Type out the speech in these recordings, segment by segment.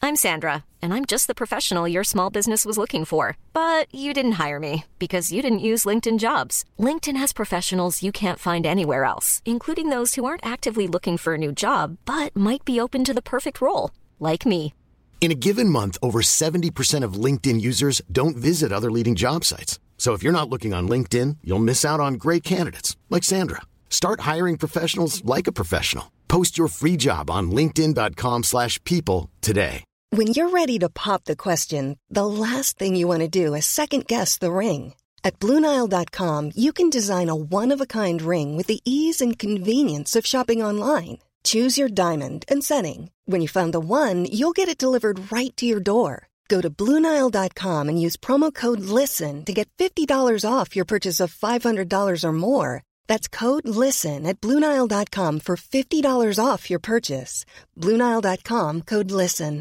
I'm Sandra, and I'm just the professional your small business was looking for. But you didn't hire me because you didn't use LinkedIn Jobs. LinkedIn has professionals you can't find anywhere else, including those who aren't actively looking for a new job, but might be open to the perfect role, like me. In a given month, over 70% of LinkedIn users don't visit other leading job sites. So if you're not looking on LinkedIn, you'll miss out on great candidates like Sandra. Start hiring professionals like a professional. Post your free job on linkedin.com/people today. When you're ready to pop the question, the last thing you want to do is second-guess the ring. At BlueNile.com, you can design a one-of-a-kind ring with the ease and convenience of shopping online. Choose your diamond and setting. When you find the one, you'll get it delivered right to your door. Go to BlueNile.com and use promo code LISTEN to get $50 off your purchase of $500 or more. That's code LISTEN at BlueNile.com for $50 off your purchase. BlueNile.com, code LISTEN.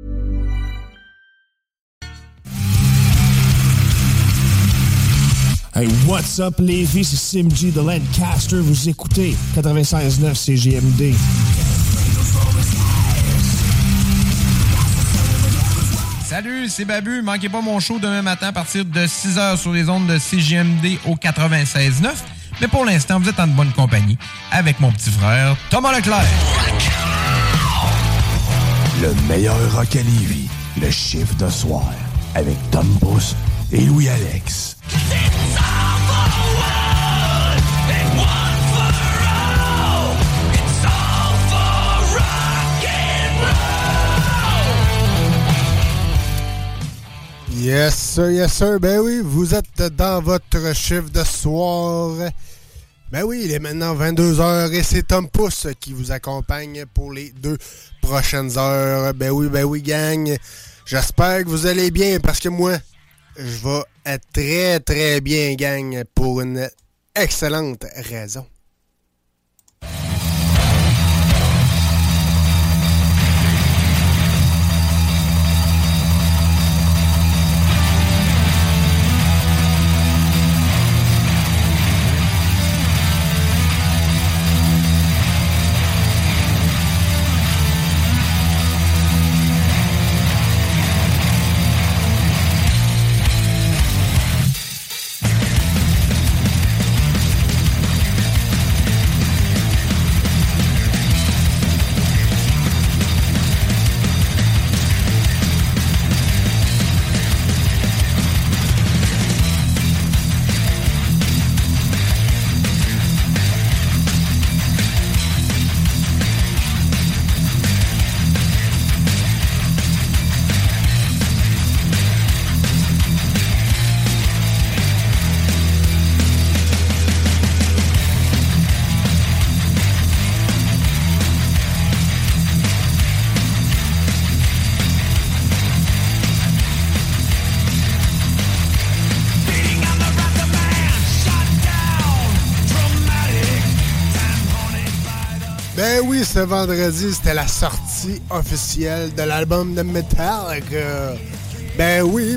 Hey, what's up, Lévis? C'est Sim G de Lancaster. Vous écoutez 96.9 CJMD. Salut, c'est Babu. Manquez pas mon show demain matin à partir de 6h sur les ondes de CJMD au 96.9. Mais pour l'instant, vous êtes en bonne compagnie avec mon petit frère Thomas Leclerc. Le meilleur rock à Lévis, le chiffre de soir, avec Tom Pousse et Louis-Alex. Yes sir, yes sir. Ben oui, vous êtes dans votre chiffre de soir. Ben oui, il est maintenant 22h et c'est Tom Pousse qui vous accompagne pour les 2 prochaines heures. Ben oui, gang. J'espère que vous allez bien parce que moi, je vais être très, très bien, gang, pour une excellente raison. Ben oui, ce vendredi, c'était la sortie officielle de l'album de Metallica. Ben oui.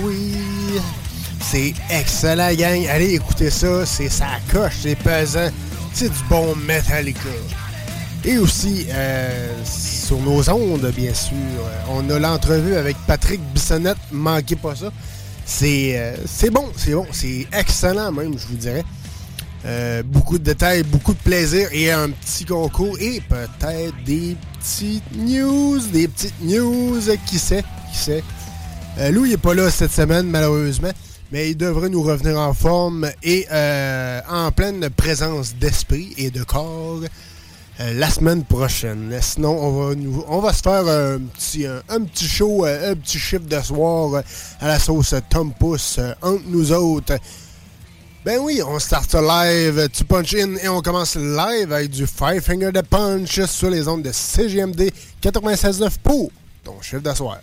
C'est excellent, gang. Allez écouter ça, c'est ça coche, c'est pesant. C'est du bon Metallica. Et aussi, sur nos ondes, bien sûr, on a l'entrevue avec Patrick Bissonnette. Manquez pas ça. C'est bon. C'est excellent même, je vous dirais. Beaucoup de détails, beaucoup de plaisir et un petit concours et peut-être des petites news, qui sait. Lou, il n'est pas là cette semaine, malheureusement, mais il devrait nous revenir en forme et en pleine présence d'esprit et de corps la semaine prochaine. Sinon, on va se faire un petit show, un petit chiffre de soir à la sauce Tom Pousse entre nous autres. Ben oui, on start live, tu punch in et on commence live avec du Five Finger de Punch sur les ondes de CJMD 96.9 pour ton chiffre de soir.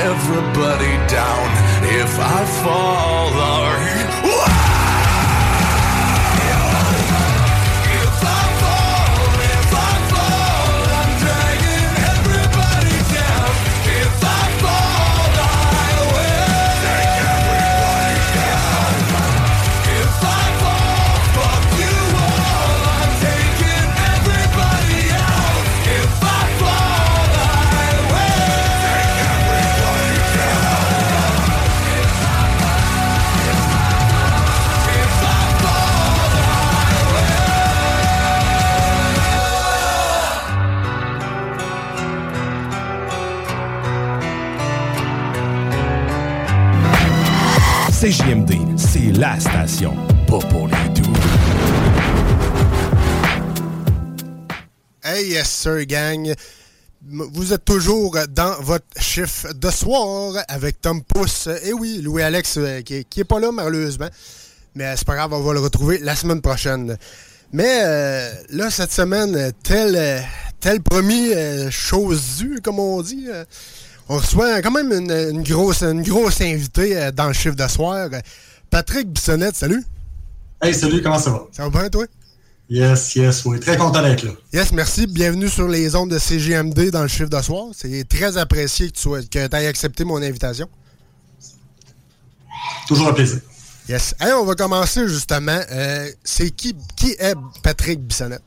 everybody down if I fall or CJMD, c'est la station, pas pour les doux. Hey, yes sir, gang. Vous êtes toujours dans votre chiffre de soir avec Tom Pouce. Et oui, Louis-Alex qui est pas là, malheureusement. Mais c'est pas grave, on va le retrouver la semaine prochaine. Mais là, cette semaine, tel promis, chose due, comme on dit... on reçoit quand même une grosse invitée dans le chiffre de soir. Patrick Bissonnette, salut. Hey, salut, comment ça va? Ça va bien, toi? Yes, oui. Très content d'être là. Yes, merci. Bienvenue sur les ondes de CJMD dans le chiffre de soir. C'est très apprécié que tu aies accepté mon invitation. Toujours un plaisir. Yes. Hey, on va commencer justement. C'est qui est Patrick Bissonnette?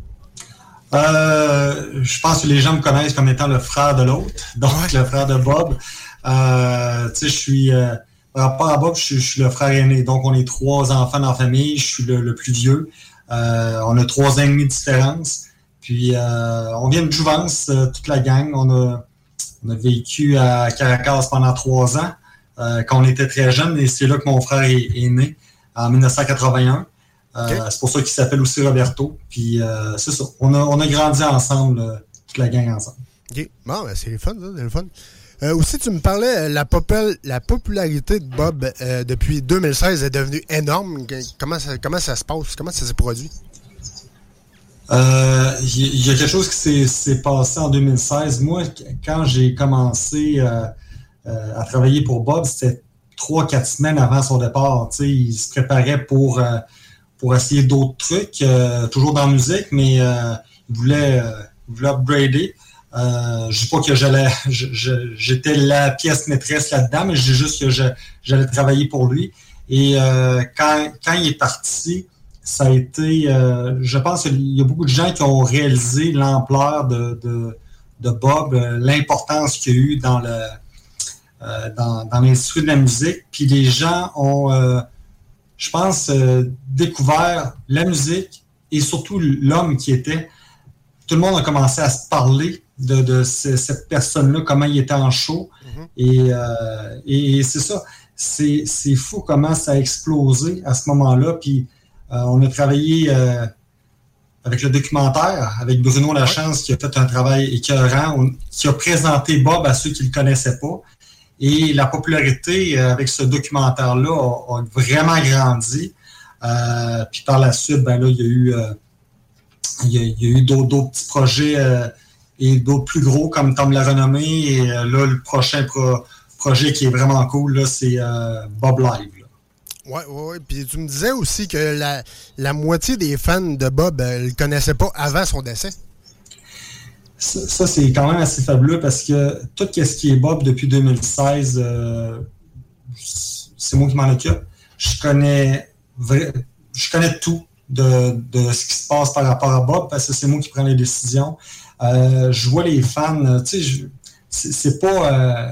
Je pense que les gens me connaissent comme étant le frère de l'autre, donc le frère de Bob. Tu sais, je suis, par rapport à Bob, je suis le frère aîné, donc on est 3 enfants dans la famille, je suis le plus vieux. On a 3 ans et demi de différence. Puis, on vient de Jouvence, toute la gang. On a vécu à Caracas pendant 3 ans, quand on était très jeunes, et c'est là que mon frère est né, en 1981. Okay. C'est pour ça qu'il s'appelle aussi Roberto. Puis c'est ça. On a grandi ensemble, toute la gang ensemble. OK. Bon, ben, c'est le fun, ça. C'est le fun. Aussi, tu me parlais, la popularité de Bob depuis 2016 est devenue énorme. Comment ça se passe? Comment ça s'est produit? Il y a quelque chose qui s'est passé en 2016. Moi, quand j'ai commencé à travailler pour Bob, c'était 3-4 semaines avant son départ. Tu sais, il se préparait pour essayer d'autres trucs, toujours dans la musique, mais il voulait upgrader. Je dis pas que j'étais la pièce maîtresse là-dedans, mais je dis juste que j'allais travailler pour lui. Et quand il est parti, ça a été... je pense qu'il y a beaucoup de gens qui ont réalisé l'ampleur de Bob, l'importance qu'il y a eu dans l'industrie de la musique. Puis les gens ont... je pense, découvert la musique et surtout l'homme qui était. Tout le monde a commencé à se parler de cette personne-là, comment il était en show. Mm-hmm. Et c'est ça. C'est fou comment ça a explosé à ce moment-là. Puis on a travaillé avec le documentaire, avec Bruno Lachance, qui a fait un travail écœurant, qui a présenté Bob à ceux qui ne le connaissaient pas. Et la popularité avec ce documentaire-là a vraiment grandi. Puis par la suite, ben là, il y a eu d'autres petits projets et d'autres plus gros comme Tom l'a renommé. Et là, le prochain projet qui est vraiment cool, là, c'est Bob Live. Oui. Puis tu me disais aussi que la moitié des fans de Bob ne le connaissaient pas avant son décès. Ça, c'est quand même assez fabuleux parce que tout ce qui est Bob depuis 2016, c'est moi qui m'en occupe. Je connais tout de ce qui se passe par rapport à Bob parce que c'est moi qui prends les décisions. Je vois les fans, tu sais, c'est pas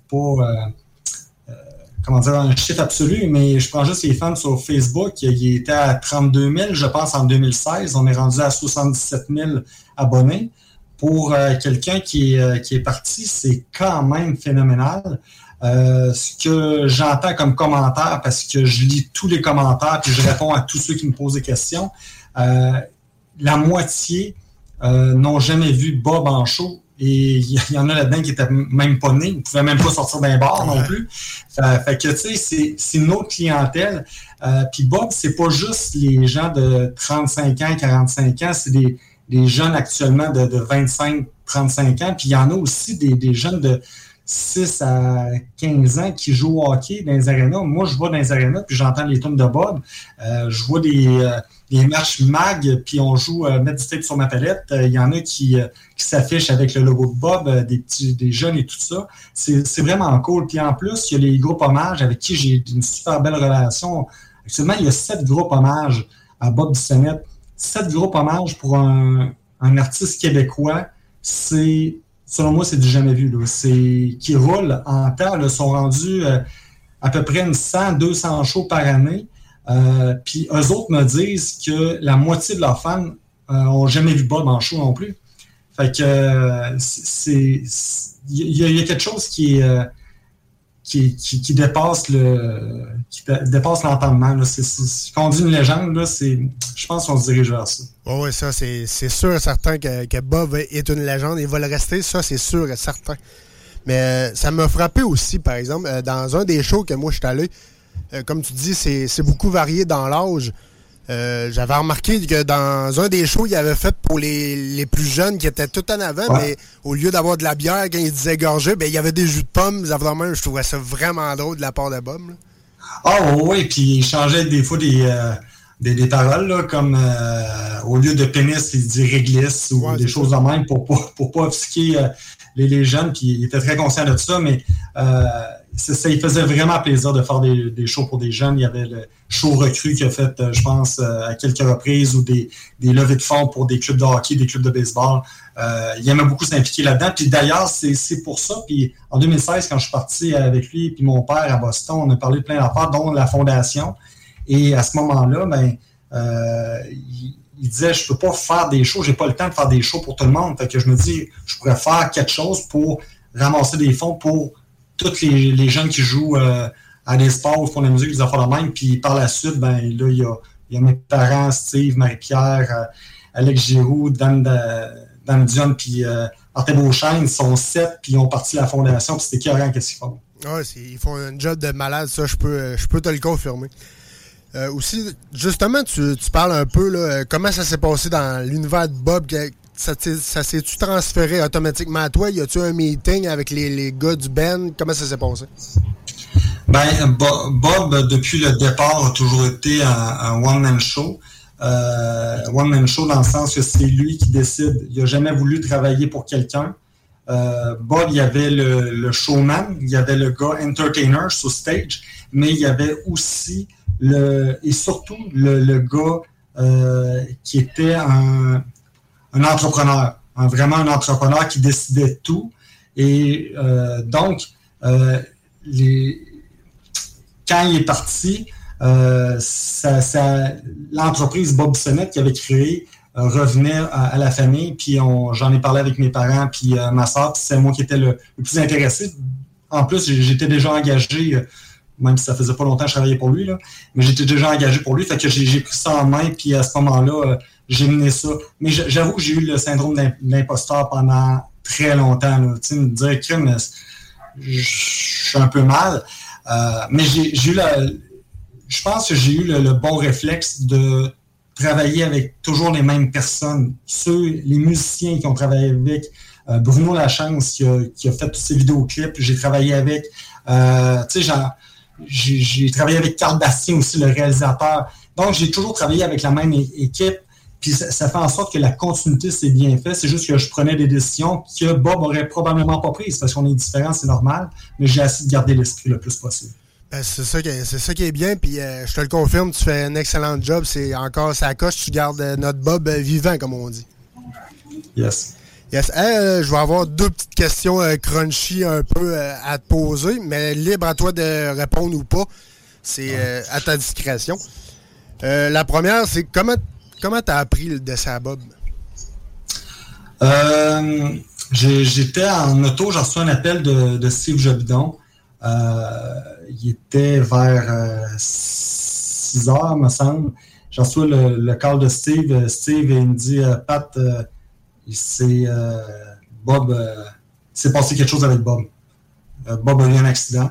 comment dire, un chiffre absolu, mais je prends juste les fans sur Facebook. Il était à 32 000, je pense, en 2016. On est rendu à 77 000 abonnés. Pour quelqu'un qui est parti, c'est quand même phénoménal. Ce que j'entends comme commentaire, parce que je lis tous les commentaires puis je réponds à tous ceux qui me posent des questions, la moitié n'ont jamais vu Bob en show. Et il y en a là-dedans qui n'étaient même pas nés, ils ne pouvaient même pas sortir d'un bar non plus. Fait que, tu sais, c'est une autre clientèle. Puis Bob, c'est pas juste les gens de 35 ans, 45 ans, c'est des jeunes actuellement de 25, 35 ans. Puis il y en a aussi des jeunes de 6 à 15 ans qui jouent au hockey dans les arénas. Moi, je vais dans les arénas, puis j'entends les tunes de Bob. Je vois des matchs mag, puis on joue mettre du tape sur ma palette. Il y en a qui s'affichent avec le logo de Bob, des jeunes et tout ça. C'est vraiment cool. Puis en plus, il y a les groupes hommages avec qui j'ai une super belle relation. Actuellement, il y a 7 groupes hommages à Bob Bissonnette. 7 groupes hommages pour un artiste québécois, selon moi, c'est du jamais vu. Là. Qui roule en temps, là, sont rendus à peu près 100-200 shows par année. Puis eux autres me disent que la moitié de leurs fans n'ont jamais vu Bob en show non plus. Fait que il y a quelque chose qui dépasse l'entendement. Là. Quand on dit une légende, là, je pense qu'on se dirige vers ça. Oh oui, ça, c'est sûr et certain que Bob est une légende et va le rester, ça, c'est sûr et certain. Mais ça m'a frappé aussi, par exemple, dans un des shows que moi, je suis allé, comme tu dis, c'est beaucoup varié dans l'âge. J'avais remarqué que dans un des shows, il avait fait pour les plus jeunes qui étaient tout en avant, mais au lieu d'avoir de la bière quand il disait gorgé, ben il y avait des jus de pommes. Je trouvais ça vraiment drôle de la part de Bob. Ah oui, puis il changeait des fois des paroles, là, comme au lieu de pénis, il dit réglisse ou des choses de même pour pas offusquer les jeunes, puis il était très conscient de ça, mais ça il faisait vraiment plaisir de faire des shows pour des jeunes. Il y avait le show recru qu'il a fait, je pense, à quelques reprises, ou des levées de fonds pour des clubs de hockey, des clubs de baseball. Il aimait beaucoup s'impliquer là-dedans. Puis d'ailleurs, c'est pour ça. Puis en 2016, quand je suis parti avec lui et mon père à Boston, on a parlé de plein d'affaires, dont la fondation. Et à ce moment-là, il disait, je peux pas faire des shows, j'ai pas le temps de faire des shows pour tout le monde. Fait que je me dis, je pourrais faire quelque chose pour ramasser des fonds pour tous les jeunes qui jouent à des sports ou font de la musique, des affaires de même. Puis par la suite, là, il y a mes parents, Steve, Marie-Pierre, Alex Giroux, Dan Dion, puis Martin Beauchesne, ils sont 7, puis ils ont parti la fondation, puis c'était écœurant qu'est-ce qu'ils font. Ouais, ils font un job de malade, ça, je peux te le confirmer. Aussi, justement, tu parles un peu, là, comment ça s'est passé dans l'univers de Bob. Ça s'est-tu transféré automatiquement à toi? Y a-tu un meeting avec les gars du band? Comment ça s'est passé? Bob, depuis le départ, a toujours été un one-man show. One-man show dans le sens que c'est lui qui décide. Il n'a jamais voulu travailler pour quelqu'un. Bob, il y avait le showman, il y avait le gars entertainer sur stage, mais il y avait aussi et surtout le gars qui était un entrepreneur, vraiment un entrepreneur qui décidait tout. Et donc, quand il est parti, l'entreprise Bob Bissonnette qui avait créé revenait à la famille, puis j'en ai parlé avec mes parents, puis ma soeur, puis c'est moi qui étais le plus intéressé. En plus, j'étais déjà engagé, même si ça faisait pas longtemps que je travaillais pour lui, là, mais j'étais déjà engagé pour lui, fait que j'ai pris ça en main, puis à ce moment-là, j'ai mené ça. Mais j'avoue que j'ai eu le syndrome d'imposteur pendant très longtemps. Tu sais, me dire que je suis un peu mal. Mais je pense que j'ai eu le bon réflexe de travailler avec toujours les mêmes personnes. Les musiciens qui ont travaillé avec Bruno Lachance qui a fait tous ces vidéoclips. J'ai travaillé avec... tu sais, j'ai travaillé avec Carl Bastien aussi, le réalisateur. Donc, j'ai toujours travaillé avec la même équipe. Puis ça fait en sorte que la continuité, c'est bien fait. C'est juste que je prenais des décisions que Bob aurait probablement pas prises parce qu'on est différents, c'est normal. Mais j'ai essayé de garder l'esprit le plus possible. C'est ça qui est bien. Puis je te le confirme, tu fais un excellent job. C'est encore ça coche. Tu gardes notre Bob vivant, comme on dit. Yes. Je vais avoir 2 petites questions crunchy un peu à te poser, mais libre à toi de répondre ou pas. C'est à ta discrétion. La première, c'est comment tu as appris le dessin à Bob? J'étais en auto, j'ai reçu un appel de Steve Jobidon. Il était vers 6 heures, me semble. J'ai reçu le call de Steve. Steve, il me dit Pat, Bob, s'est passé quelque chose avec Bob. Bob a eu un accident.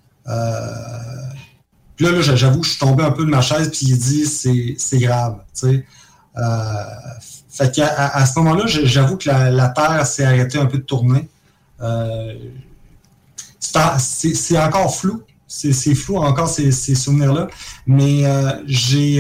Puis là, j'avoue, je suis tombé un peu de ma chaise, puis il dit c'est grave. Tu sais. Fait qu'à ce moment-là, j'avoue que la Terre s'est arrêtée un peu de tourner. c'est encore flou. C'est flou encore ces souvenirs-là. Mais j'ai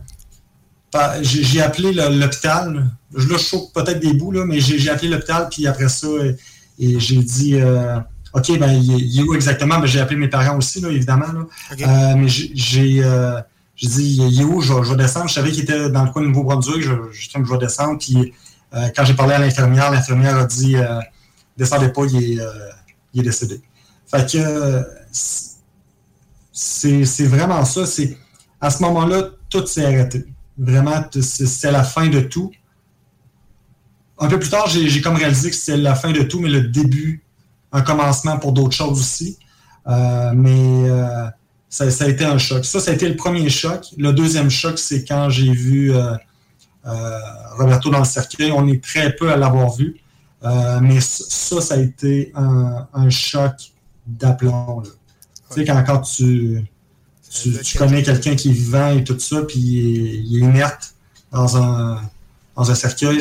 appelé l'hôpital. Là, je choque peut-être des bouts, là, mais j'ai appelé l'hôpital, puis après ça, et j'ai dit OK, ben il est où exactement? Ben, j'ai appelé mes parents aussi, là, évidemment. Là. Okay. Mais j'ai dit il est où? Je vais descendre. Je savais qu'il était dans le coin de Nouveau-Brunswick. Je vais descendre. Puis quand j'ai parlé à l'infirmière a dit descendez pas, il est décédé. Fait que c'est vraiment ça. À ce moment-là, tout s'est arrêté. Vraiment, c'est la fin de tout. Un peu plus tard, j'ai comme réalisé que c'était la fin de tout, mais le début, un commencement pour d'autres choses aussi. Mais ça a été un choc. Ça a été le premier choc. Le deuxième choc, c'est quand j'ai vu Roberto dans le cercueil. On est très peu à l'avoir vu. Mais ça a été un choc d'aplomb. Tu sais, quand tu connais quelqu'un qui est vivant et tout ça, puis il est inerte dans un cercueil,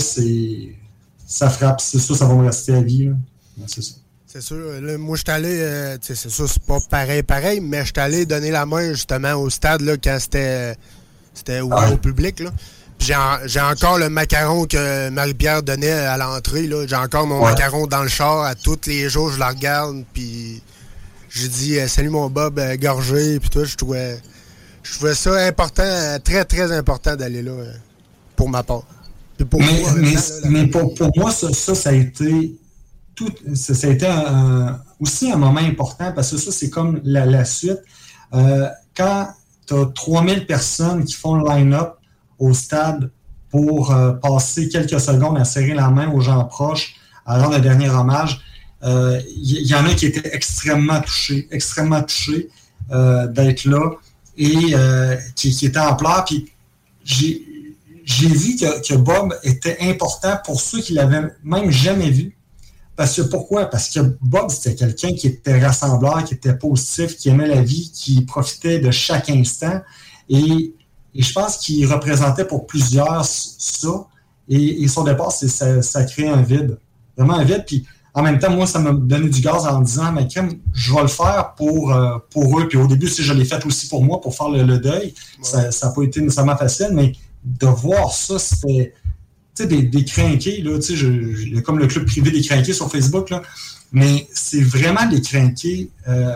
ça frappe. C'est sûr, ça va me rester à vie. C'est ça. C'est sûr. Là, moi, je suis allé, c'est sûr, c'est pas pareil, mais je suis allé donner la main justement au stade là, quand c'était ouvert au public. Là. Puis j'ai encore le macaron que Marie-Pierre donnait à l'entrée. Là. J'ai encore mon macaron dans le char. À tous les jours, je la regarde. Puis j'ai dit salut mon Bob, gorgé. Puis tout, je trouvais ça important, très, très important d'aller là pour ma part. Puis pour pour moi, ça a été... Ça a été aussi un moment important parce que ça, c'est comme la suite. Quand tu as 3000 personnes qui font le line-up au stade pour passer quelques secondes à serrer la main aux gens proches, à rendre un dernier hommage, il y en a qui étaient extrêmement touchés d'être là et qui étaient en pleurs. Puis j'ai vu que Bob était important pour ceux qui l'avaient même jamais vu. Parce que pourquoi? Parce que Bob, c'était quelqu'un qui était rassembleur, qui était positif, qui aimait la vie, qui profitait de chaque instant. Et je pense qu'il représentait pour plusieurs ça. Et son départ, ça crée un vide. Vraiment un vide. Puis en même temps, moi, ça m'a donné du gaz en me disant, mais crème, je vais le faire pour eux. Puis au début, je l'ai fait aussi pour moi, pour faire le deuil. Ouais. Ça n'a pas été nécessairement facile, mais de voir ça, c'était... Tu sais, des crinqués, là, tu sais, il y a comme le club privé des crinqués sur Facebook, là, mais c'est vraiment des crinqués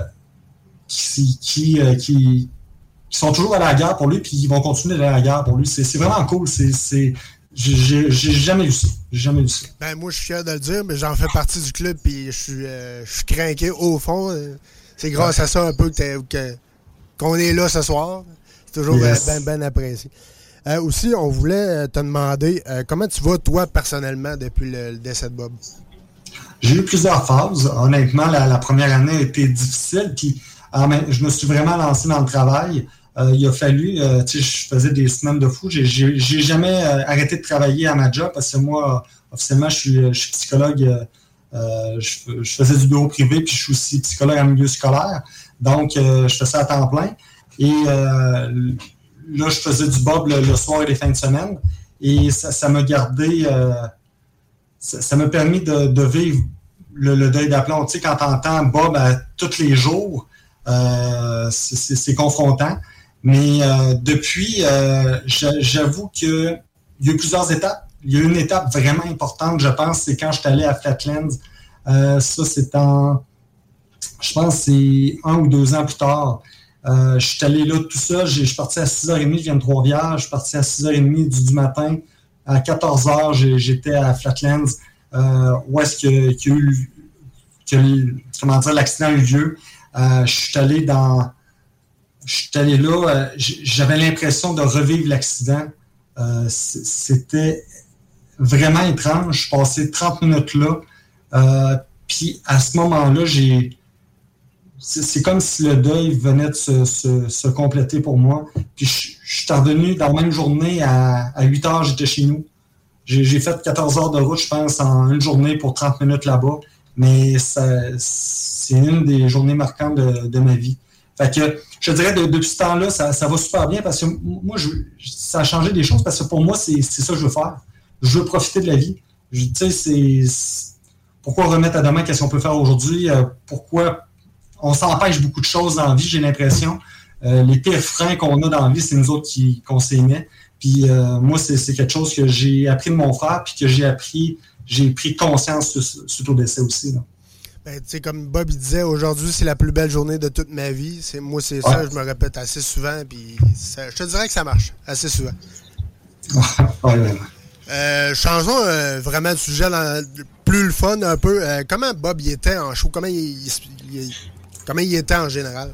qui sont toujours à la guerre pour lui, puis ils vont continuer d'aller à la guerre pour lui. C'est vraiment cool. J'ai jamais vu ça. Ben, moi, je suis fier de le dire, mais j'en fais partie du club, puis je suis crinqué au fond. C'est grâce à ça un peu qu'on est là ce soir. C'est toujours bien apprécié. Aussi, on voulait te demander comment tu vas, toi, personnellement, depuis le décès de Bob? J'ai eu plusieurs phases. Honnêtement, la première année a été difficile. Puis, je me suis vraiment lancé dans le travail. Il a fallu, tu sais, je faisais des semaines de fou. J'ai jamais arrêté de travailler à ma job parce que moi, officiellement, je suis psychologue. Je faisais du bureau privé, puis je suis aussi psychologue en milieu scolaire. Donc, je fais ça à temps plein. Et là, je faisais du Bob le soir et les fins de semaine. Et ça m'a gardé... ça m'a permis de vivre le deuil d'aplomb. Tu sais, quand tu entends Bob tous les jours, c'est confrontant. Mais depuis, j'avoue qu'il y a eu plusieurs étapes. Il y a eu une étape vraiment importante, je pense, c'est quand je suis allé à Flatlands. Ça, c'est je pense que c'est 1 ou 2 ans plus tard. Je suis allé là tout seul. Je suis parti à 6h30, je viens de Trois-Rivières. Je suis parti à 6h30 du matin. À 14h, j'étais à Flatlands, où est-ce qu'il y a eu l'accident a eu lieu. Je suis allé là, j'avais l'impression de revivre l'accident. C'était vraiment étrange. Je passais 30 minutes là. Puis à ce moment-là, c'est comme si le deuil venait de se compléter pour moi. Puis je suis revenu dans la même journée à 8 heures, j'étais chez nous. J'ai fait 14 heures de route, je pense, en une journée pour 30 minutes là-bas. Mais c'est une des journées marquantes de ma vie. Fait que je dirais depuis ce temps-là, ça va super bien parce que moi, ça a changé des choses parce que pour moi, c'est ça que je veux faire. Je veux profiter de la vie. Tu sais, pourquoi remettre à demain qu'est-ce qu'on peut faire aujourd'hui? Pourquoi on s'empêche beaucoup de choses dans la vie, j'ai l'impression. Les pires freins qu'on a dans la vie, c'est nous autres qu'on s'aimait. Puis moi, c'est quelque chose que j'ai appris de mon frère, puis que j'ai pris conscience suite au décès aussi. Là. Ben, tu sais, comme Bob il disait, aujourd'hui, c'est la plus belle journée de toute ma vie. Moi, c'est ça, je me répète assez souvent, puis je te dirais que ça marche assez souvent. Changeons vraiment de sujet, plus le fun un peu. Comment Bob il était en show? Comment il était en général?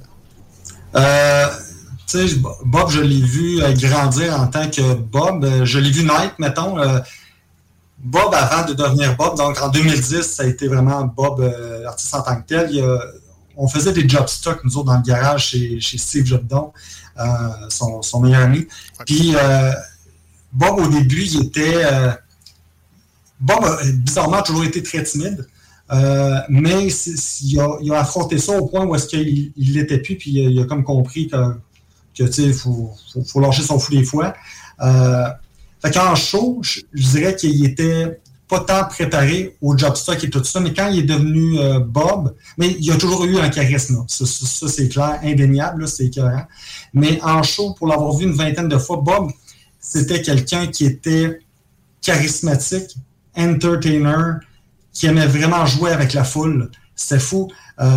Tu sais, Bob, je l'ai vu grandir en tant que Bob. Je l'ai vu naître, mettons. Bob, avant de devenir Bob, donc en 2010, ça a été vraiment Bob, l'artiste en tant que tel. On faisait des job stocks, nous autres, dans le garage chez Steve Jobdon, son meilleur ami. Puis, Bob, au début, il était... Bob a bizarrement toujours été très timide, mais il a affronté ça au point où est-ce qu'il l'était plus, puis il a comme compris que tu sais, il faut lâcher son fou des fois. Fait qu'en show, je dirais qu'il était pas tant préparé au job stock et tout ça, mais quand il est devenu Bob, mais il a toujours eu un charisme. Ça c'est clair, indéniable, là, c'est écœurant. Mais en show, pour l'avoir vu une vingtaine de fois, Bob, c'était quelqu'un qui était charismatique, entertainer, qui aimait vraiment jouer avec la foule. C'était fou.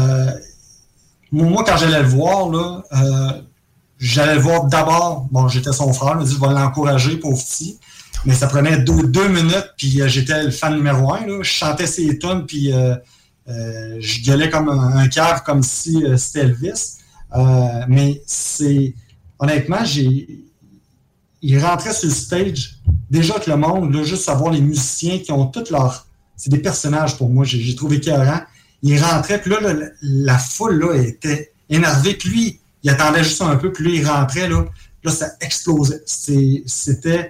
Moi, quand j'allais le voir, là, j'allais le voir d'abord. Bon, j'étais son frère, je me dis, je vais l'encourager, pauvre petit. Mais ça prenait 2 minutes, puis j'étais le fan numéro 1. Là. Je chantais ses tunes, puis je gueulais comme un cave, comme si c'était Elvis. Mais honnêtement, il rentrait sur le stage. Déjà que le monde, là, juste savoir les musiciens qui ont toutes leurs... C'est des personnages pour moi, j'ai trouvé écœurant. Il rentrait, puis là, la foule là, était énervée, puis lui, il attendait juste un peu, puis lui, il rentrait, là ça explosait. C'était...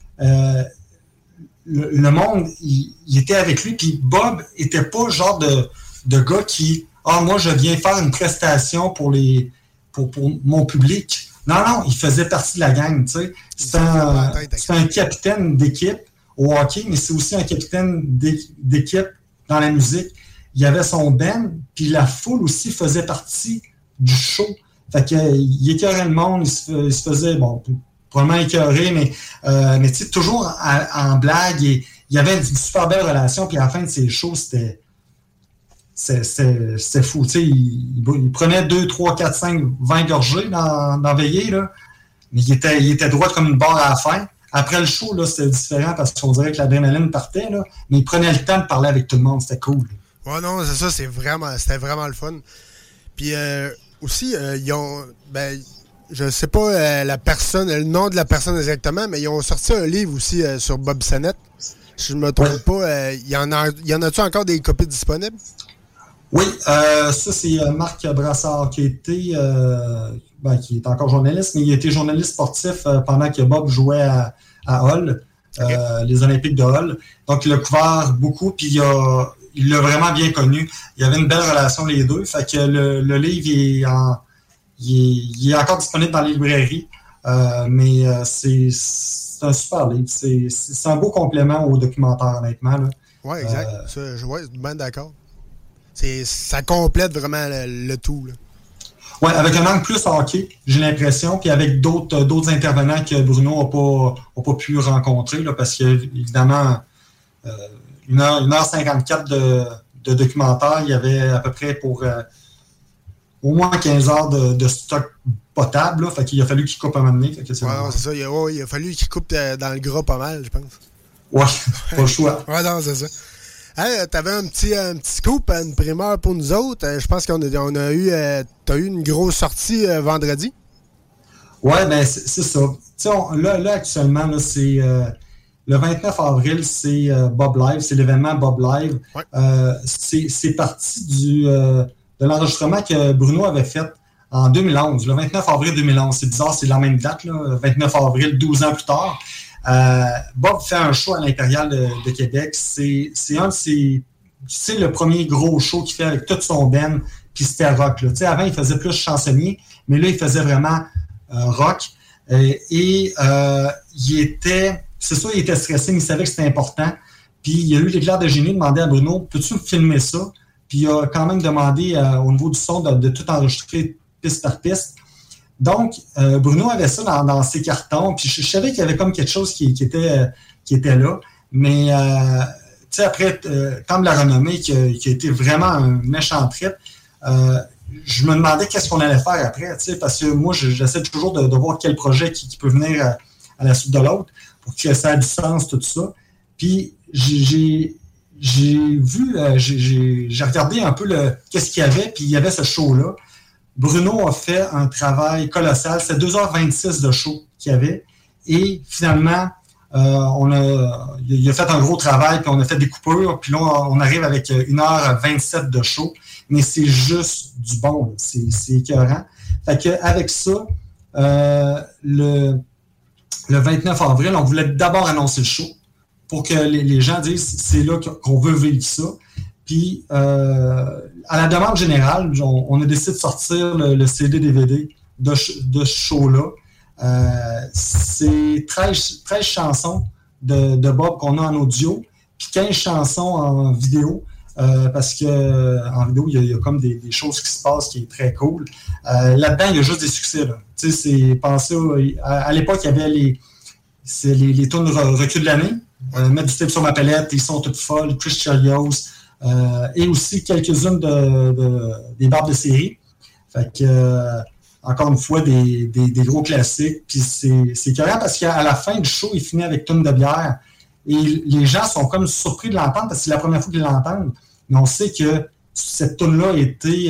le monde, il était avec lui, puis Bob était pas le genre de gars qui... moi, je viens faire une prestation pour mon public. Non, il faisait partie de la gang, tu sais. C'est un capitaine d'équipe au hockey, mais c'est aussi un capitaine d'équipe dans la musique. Il y avait son band, puis la foule aussi faisait partie du show. Fait qu'il écœurait le monde, il se faisait, bon, probablement écœuré, mais tu sais, toujours en blague, et il y avait une super belle relation, puis à la fin de ses shows, c'était fou. Tu sais, il prenait 2, 3, 4, 5, 20 gorgées dans veillée, là, mais il était droit comme une barre à la fin. Après le show, là, c'était différent parce qu'on dirait que l'adrénaline partait, là, mais il prenait le temps de parler avec tout le monde, c'était cool. Ouais, non, c'est ça, c'était vraiment le fun. Puis aussi, ils ont, je sais pas le nom de la personne exactement, mais ils ont sorti un livre aussi sur Bob Sennett. Si je ne me trompe pas, il y en a-tu encore des copies disponibles? Oui, ça c'est Marc Brassard qui était qui est encore journaliste, mais il était journaliste sportif pendant que Bob jouait à Hull, les Olympiques de Hull. Donc il l'a couvert beaucoup, puis il l'a vraiment bien connu. Il y avait une belle relation les deux. Fait que le livre il est encore disponible dans les librairies, mais c'est un super livre. C'est un beau complément au documentaire, honnêtement. Oui, exact. Je suis bien d'accord. Ça complète vraiment le tout. Oui, avec un angle plus hockey, j'ai l'impression, puis avec d'autres intervenants que Bruno n'a pas pu rencontrer, là, parce qu'évidemment, 1h54 de documentaire, il y avait à peu près pour au moins 15 heures de stock potable, là, fait qu'il a fallu qu'il coupe un moment donné. C'est ça, il a fallu qu'il coupe dans le gras pas mal, je pense. Ouais, pas le choix. Ouais, non, c'est ça. Hey, t'avais un petit scoop, une primeur pour nous autres. Je pense t'as eu une grosse sortie vendredi. Ouais, ben c'est ça. Là, actuellement, là, c'est le 29 avril, c'est Bob Live, c'est l'événement Bob Live. Ouais. C'est parti de l'enregistrement que Bruno avait fait en 2011, le 29 avril 2011. C'est bizarre, c'est la même date, là, 29 avril, 12 ans plus tard. Bob fait un show à l'Impérial de Québec. C'est le premier gros show qu'il fait avec tout son band, puis c'était rock. Là. Avant, il faisait plus chansonnier, mais là, il faisait vraiment rock. Il était stressé, mais il savait que c'était important. Puis il a eu l'éclair de génie de demander à Bruno, peux-tu me filmer ça? puis il a quand même demandé au niveau du son de tout enregistrer piste par piste. Donc, Bruno avait ça dans ses cartons, puis je savais qu'il y avait comme quelque chose qui était là, mais tu sais, après, comme la renommée qui a été vraiment un méchant trip, je me demandais qu'est-ce qu'on allait faire après, tu sais, parce que moi, j'essaie toujours de voir quel projet qui peut venir à la suite de l'autre pour que ça ait du sens, tout ça. Puis, j'ai regardé un peu qu'est-ce qu'il y avait, puis il y avait ce show-là. Bruno a fait un travail colossal. C'est 2h26 de show qu'il y avait. Et finalement, il a fait un gros travail, puis on a fait des coupures, puis là, on arrive avec 1h27 de show. Mais c'est juste du bon, c'est écœurant. Fait qu'avec ça, le 29 avril, on voulait d'abord annoncer le show pour que les gens disent c'est là qu'on veut vivre ça. Puis, à la demande générale, on a décidé de sortir le CD-DVD de ce show-là. C'est 13 chansons de Bob qu'on a en audio, puis 15 chansons en vidéo, parce que en vidéo, il y a comme des choses qui se passent qui est très cool. Là-dedans, il y a juste des succès. Là. Tu sais, c'est pensé à l'époque, il y avait les tunes recul de l'année. Mettre du tape sur ma palette, ils sont toutes folles, Chris Chelios, et aussi quelques-unes des barbes de série. Fait que, encore une fois, des gros classiques. Puis c'est carré parce qu'à la fin du show, il finit avec Tune de bière. Et les gens sont comme surpris de l'entendre parce que c'est la première fois qu'ils l'entendent. Mais on sait que cette tune-là a été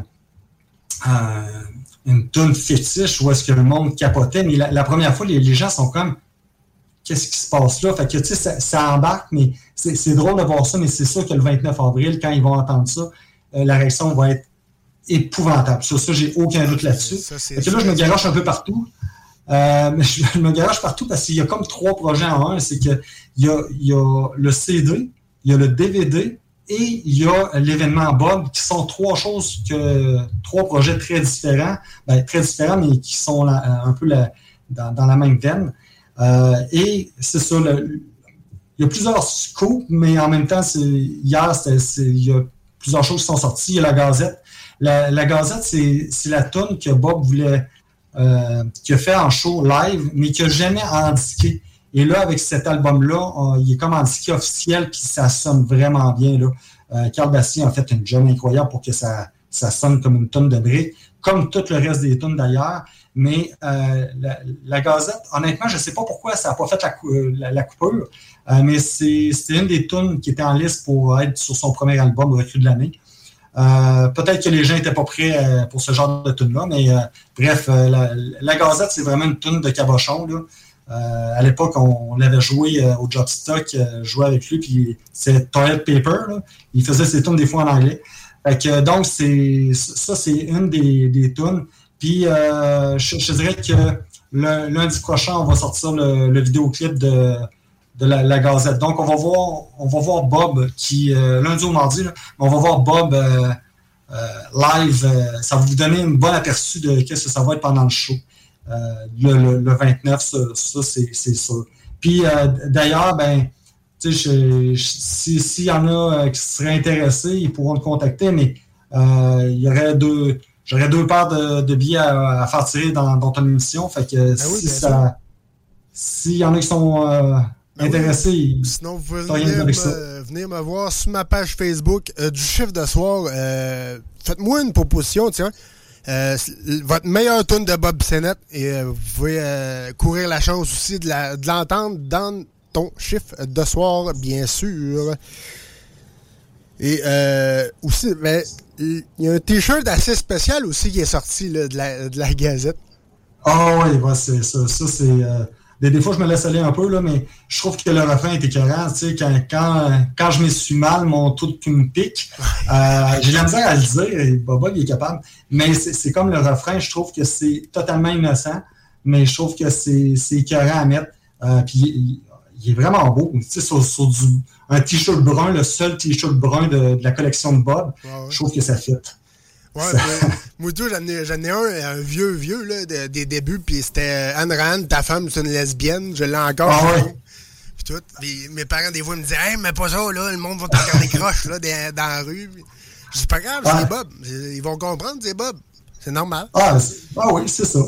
une tune fétiche où est-ce que le monde capotait. Mais la première fois, les gens sont comme qu'est-ce qui se passe là? Fait que, tu sais, ça embarque, mais c'est drôle de voir ça, mais c'est sûr que le 29 avril, quand ils vont entendre ça, la réaction va être épouvantable. Sur ça, j'ai aucun doute là-dessus. Fait que là, je me garoche un peu partout. Mais je me garoche partout parce qu'il y a comme 3 projets en un. C'est qu'il y a le CD, il y a le DVD et il y a l'événement Bob, qui sont 3 projets très différents. Ben, très différents, mais qui sont un peu dans la même veine. Et c'est ça, il y a plusieurs scoops, mais en même temps, hier, il y a plusieurs choses qui sont sorties. Il y a la Gazette. La Gazette, c'est la toune que Bob voulait, qui a fait en show live, mais qui n'a jamais indiqué. Et là, avec cet album-là, il est comme indiqué officiel, puis ça sonne vraiment bien. Carl Bastien a fait une job incroyable pour que ça sonne comme une toune de briques, comme tout le reste des tounes d'ailleurs. Mais la Gazette, honnêtement, je ne sais pas pourquoi ça n'a pas fait la coupure, mais c'était une des tunes qui était en liste pour être sur son premier album, Recul de l'année. Peut-être que les gens n'étaient pas prêts pour ce genre de tune-là, mais bref, la Gazette, c'est vraiment une tune de cabochon. Là. À l'époque, on l'avait joué au Jobstock, joué avec lui, puis c'est Toilet Paper. Là. Il faisait ses tunes des fois en anglais. Fait que, donc, c'est une des tunes. Puis, je dirais que lundi prochain, on va sortir le vidéoclip de la Gazette. Donc, on va voir Bob qui, lundi ou mardi, là, on va voir Bob live. Ça va vous donner un bon aperçu de qu'est-ce que ça va être pendant le show. Le 29, ça c'est sûr. Puis, d'ailleurs, ben, tu sais, s'il y en a qui seraient intéressés, ils pourront le contacter, mais il y aurait j'aurais 2 paires de billets à faire tirer dans ton émission. Fait que s'il y en a qui sont intéressés, sinon vous pouvez venir me voir sur ma page Facebook du chiffre de soir. Faites-moi une proposition, tiens. Votre meilleure tune de Bob Sennett et vous pouvez courir la chance aussi de l'entendre dans ton chiffre de soir, bien sûr. Et aussi, ben, il y a un t-shirt assez spécial aussi qui est sorti là, de la Gazette. Ah oui, ouais, c'est ça. Ça, c'est. Des fois, je me laisse aller un peu, là, mais je trouve que le refrain est écœurant. Tu sais, quand je me suis mal, mon trou qui me pique, j'ai la misère à le dire, et Bob, il est capable. Mais c'est comme le refrain, je trouve que c'est totalement innocent, mais je trouve que c'est écœurant à mettre. Puis il est vraiment beau. Tu sais, sur un t-shirt brun, le seul t-shirt brun de la collection de Bob, je trouve que ça fit. Ouais, moi tout, j'en ai un vieux là, des débuts, puis c'était Anne Rand, ta femme, c'est une lesbienne, je l'ai encore. Ah ouais. Puis tout. Puis mes parents, des fois, me disaient, hey, mais pas ça, là, le monde va te regarder croche, là, dans la rue. C'est pas grave, c'est Bob. Ils vont comprendre, c'est Bob. C'est normal. Oui, c'est ça.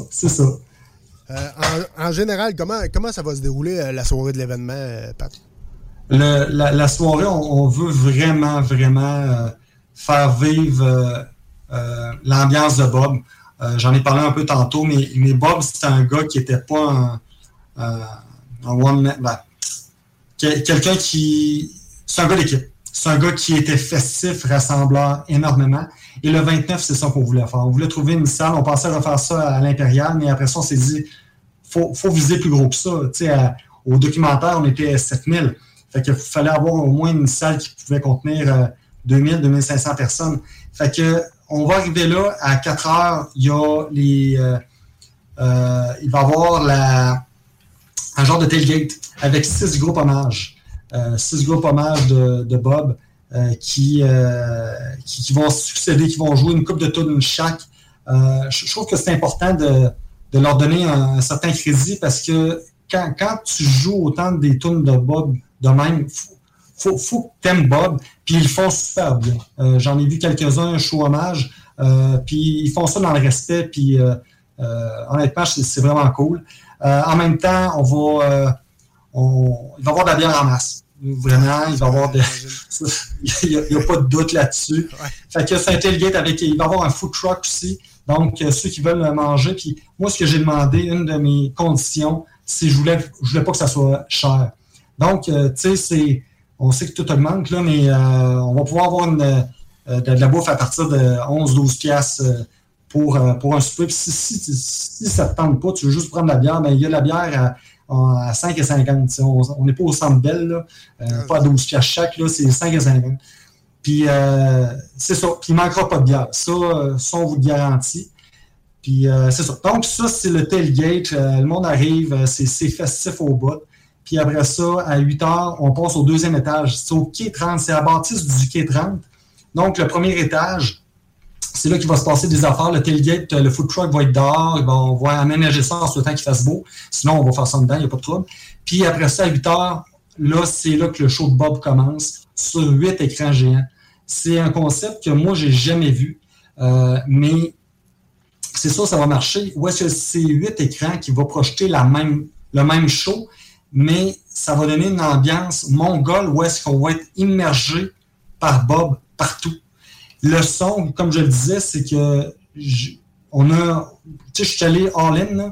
En général, comment ça va se dérouler la soirée de l'événement, Pat? La soirée, on veut vraiment, vraiment faire vivre l'ambiance de Bob. J'en ai parlé un peu tantôt, mais Bob, c'est un gars qui n'était pas un one-man. Quelqu'un qui... C'est un gars d'équipe. C'est un gars qui était festif, rassembleur énormément. Et le 29, c'est ça qu'on voulait faire. On voulait trouver une salle. On pensait refaire ça à l'Impérial, mais après ça, on s'est dit, faut viser plus gros que ça. Au documentaire, on était 7000. Fait qu'il fallait avoir au moins une salle qui pouvait contenir 2000, 2500 personnes. Fait que on va arriver là, à 4 heures, il y a il va y avoir un genre de tailgate avec 6 groupes hommages. 6 groupes hommages de Bob qui vont succéder, qui vont jouer une couple de tunes chaque. Je trouve que c'est important de leur donner un certain crédit parce que quand tu joues autant des tunes de Bob de même, faut que t'aimes Bob, puis ils le font super bien. J'en ai vu quelques-uns, un show hommage, puis ils font ça dans le respect, puis honnêtement, c'est vraiment cool. En même temps, il va y avoir de la bière en masse. Vraiment, il va y avoir il n'y a pas de doute là-dessus. Ouais. Fait que c'est un tailgate il va y avoir un food truck aussi. Donc, ceux qui veulent manger. Puis moi, ce que j'ai demandé, une de mes conditions, c'est que je voulais pas que ça soit cher. Donc, tu sais, on sait que tout augmente, là, mais on va pouvoir avoir de la bouffe à partir de 11-12 piastres pour un souper. Puis si ça ne te tente pas, tu veux juste prendre de la bière, bien, il y a de la bière à 5,50. On n'est pas au Centre Bell, là, pas à 12 piastres chaque, là, c'est 5,50. Puis c'est ça. Puis il ne manquera pas de bière. Ça, on vous le garantit. Puis c'est ça. Donc, ça, c'est le tailgate. Le monde arrive, c'est festif au bout. Puis après ça, à 8 heures, on passe au 2e étage. C'est au quai 30. C'est à la bâtisse du quai 30. Donc, le premier étage, c'est là qu'il va se passer des affaires. Le tailgate, le food truck va être dehors. On va aménager ça en ce temps qu'il fasse beau. Sinon, on va faire ça dedans, il n'y a pas de trouble. Puis après ça, à 8 heures, là, c'est là que le show de Bob commence sur 8 écrans géants. C'est un concept que moi, j'ai jamais vu. Mais c'est sûr, ça va marcher. Où est-ce que c'est 8 écrans qui vont projeter le même show, mais ça va donner une ambiance mongole où est-ce qu'on va être immergé par Bob partout. Le son, comme je le disais, c'est que je suis allé all-in,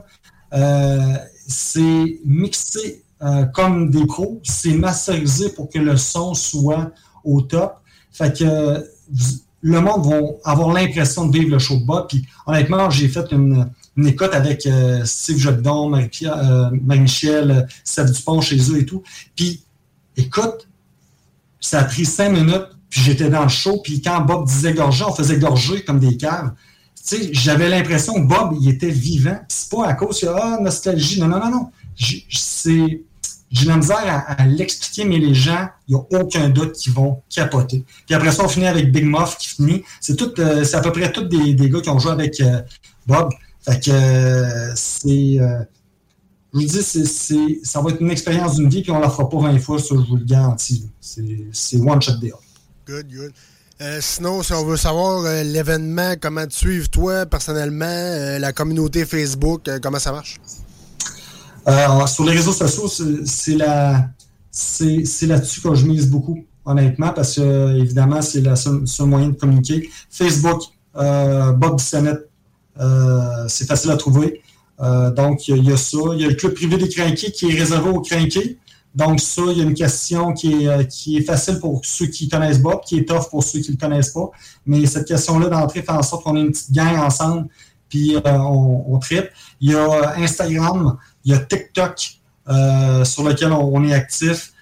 c'est mixé comme des pros, c'est masterisé pour que le son soit au top. Fait que le monde va avoir l'impression de vivre le show de Bob. Puis honnêtement, j'ai fait une écoute avec Steve Jobdon, Marie-Michel, Seb Dupont chez eux et tout. Puis écoute, ça a pris 5 minutes, puis j'étais dans le show, puis quand Bob disait gorger, on faisait gorger comme des caves. Tu sais, j'avais l'impression que Bob, il était vivant. Puis c'est pas à cause que, nostalgie. Non. J'ai la misère à l'expliquer, mais les gens, il n'y a aucun doute qu'ils vont capoter. Puis après ça, on finit avec Big Muff qui finit. C'est à peu près tous des gars qui ont joué avec Bob. Fait que je vous dis, ça va être une expérience d'une vie, puis on ne la fera pas 20 fois, ça, je vous le garantis. C'est one shot deal. Good. Sinon, si on veut savoir l'événement, comment te suivre toi, personnellement, la communauté Facebook, comment ça marche? Sur les réseaux sociaux, c'est là-dessus que je mise beaucoup, honnêtement, parce que, évidemment, c'est le seul moyen de communiquer. Facebook, Bob Bissonnette, c'est facile à trouver. Donc, il y a ça. Il y a le club privé des crinqués qui est réservé aux crinqués. Donc, ça, il y a une question qui est facile pour ceux qui connaissent Bob, qui est tough pour ceux qui ne le connaissent pas. Mais cette question-là d'entrée fait en sorte qu'on ait une petite gang ensemble, puis on tripe. Il y a Instagram, il y a TikTok sur lequel on est actif.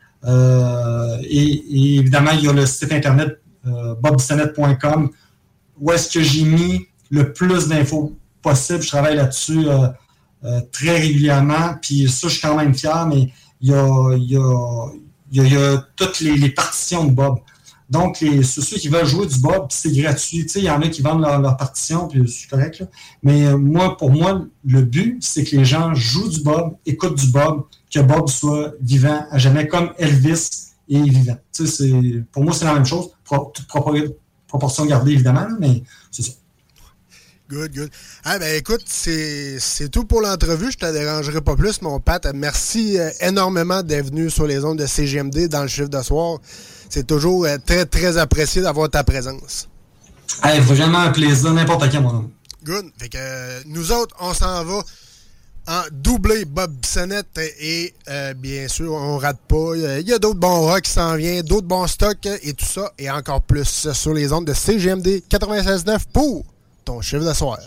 Et évidemment, il y a le site internet bobbissonnette.com où est-ce que j'ai mis le plus d'infos possible. Je travaille là-dessus très régulièrement. Puis ça, je suis quand même fier, mais il y a toutes les partitions de Bob. Donc, ceux qui veulent jouer du Bob, c'est gratuit. Tu sais, il y en a qui vendent leur partition, puis c'est correct, là. Mais pour moi, le but, c'est que les gens jouent du Bob, écoutent du Bob, que Bob soit vivant à jamais, comme Elvis est vivant. Tu sais, pour moi, c'est la même chose. proportion gardée, évidemment, mais c'est ça. Good. Ah ben écoute, c'est tout pour l'entrevue. Je te dérangerai pas plus, mon Pat. Merci énormément d'être venu sur les ondes de CJMD dans le chiffre de soir. C'est toujours très, très apprécié d'avoir ta présence. Hey, vraiment un plaisir, n'importe quand, mon homme. Good. Fait que nous autres, on s'en va en doublé Bob Bissonnette et bien sûr, on rate pas. Il y a d'autres bons rock qui s'en viennent, d'autres bons stocks et tout ça, et encore plus sur les ondes de CGMD 96.9 pour ton chiffre de soir.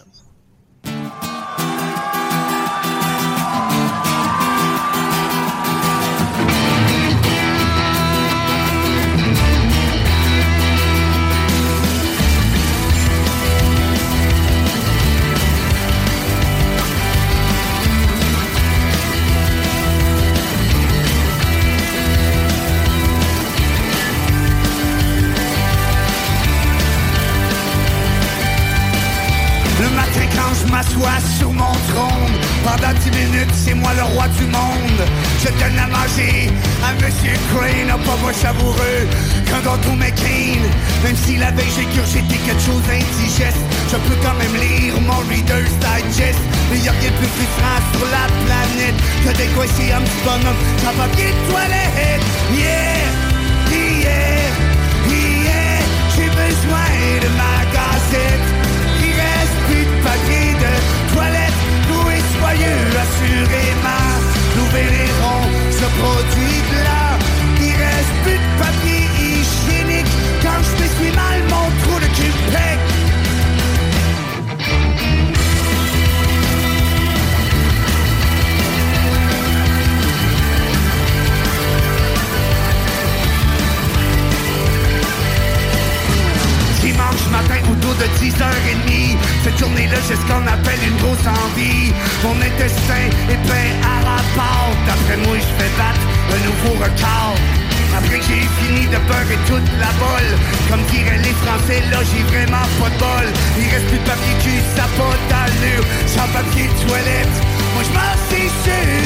Je m'assois sur mon trône. Pendant 10 minutes, c'est moi le roi du monde. Je donne à manger à Monsieur Crane, un pauvre savoureux qu'un gâteau McCain. Même si la veille j'ai gurgité quelque chose d'indigeste, je peux quand même lire mon Reader's Digest. Mais y'a rien de plus frustrant sur la planète que d'écoisser un petit bonhomme sans papier de toilette. Yeah, j'ai besoin de ma gazette. Plus de papier de toilette, doux et soyeux, assurément. Nous verrons ce produit-là. Il reste plus de papier hygiénique quand je m'essuie mal mon trou de cul-pec. Dimanche matin autour de 10h30, cette journée-là j'ai ce qu'on appelle une grosse envie. Mon intestin est peint à la pâte. D'après moi je fais battre un nouveau record. Après que j'ai fini de beurrer toute la bolle, comme diraient les Français, là j'ai vraiment pas de bol. Il reste plus de papier cul, ça pas d'allure. Sans papier de toilette, moi je m'en suis sûr.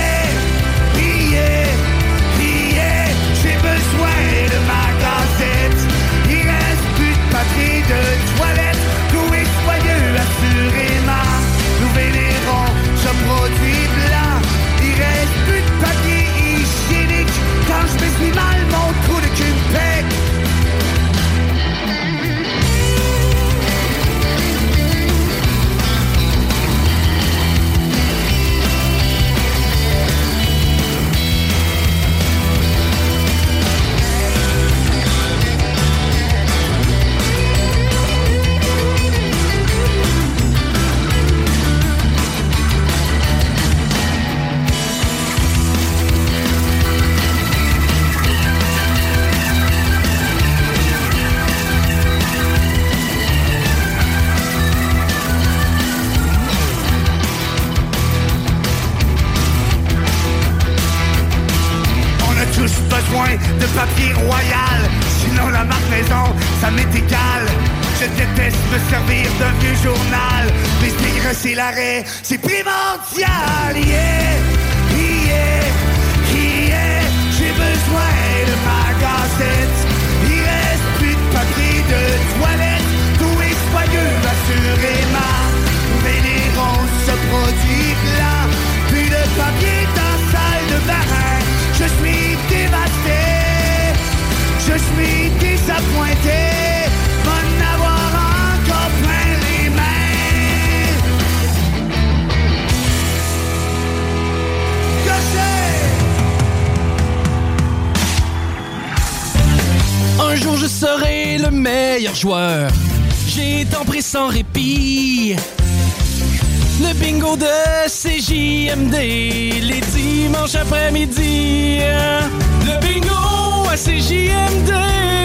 J'ai besoin de ma gazette. Il reste plus de papier de toilette, doux et soyeux, assurément. Nous vénérons ce produit blanc. Il reste plus de papier hygiénique quand je m'essuie mal mon trou de cul-pec. De papier royal, sinon la marque maison, ça m'est égal. Je déteste me servir d'un vieux journal, mais c'est l'arrêt, c'est primordial. J'ai besoin de ma gazette. Il reste plus de papier de toilette, doux et soyeux, assurément. Nous vénérons ce produit-là. Plus de papier dans la salle de bain. Je suis dévasté, je suis désappointé, m'en avoir encore plein les mains. Un jour je serai le meilleur joueur, j'ai tant pris sans répit. Le bingo de CJMD, les dimanches après-midi. Le bingo à CJMD,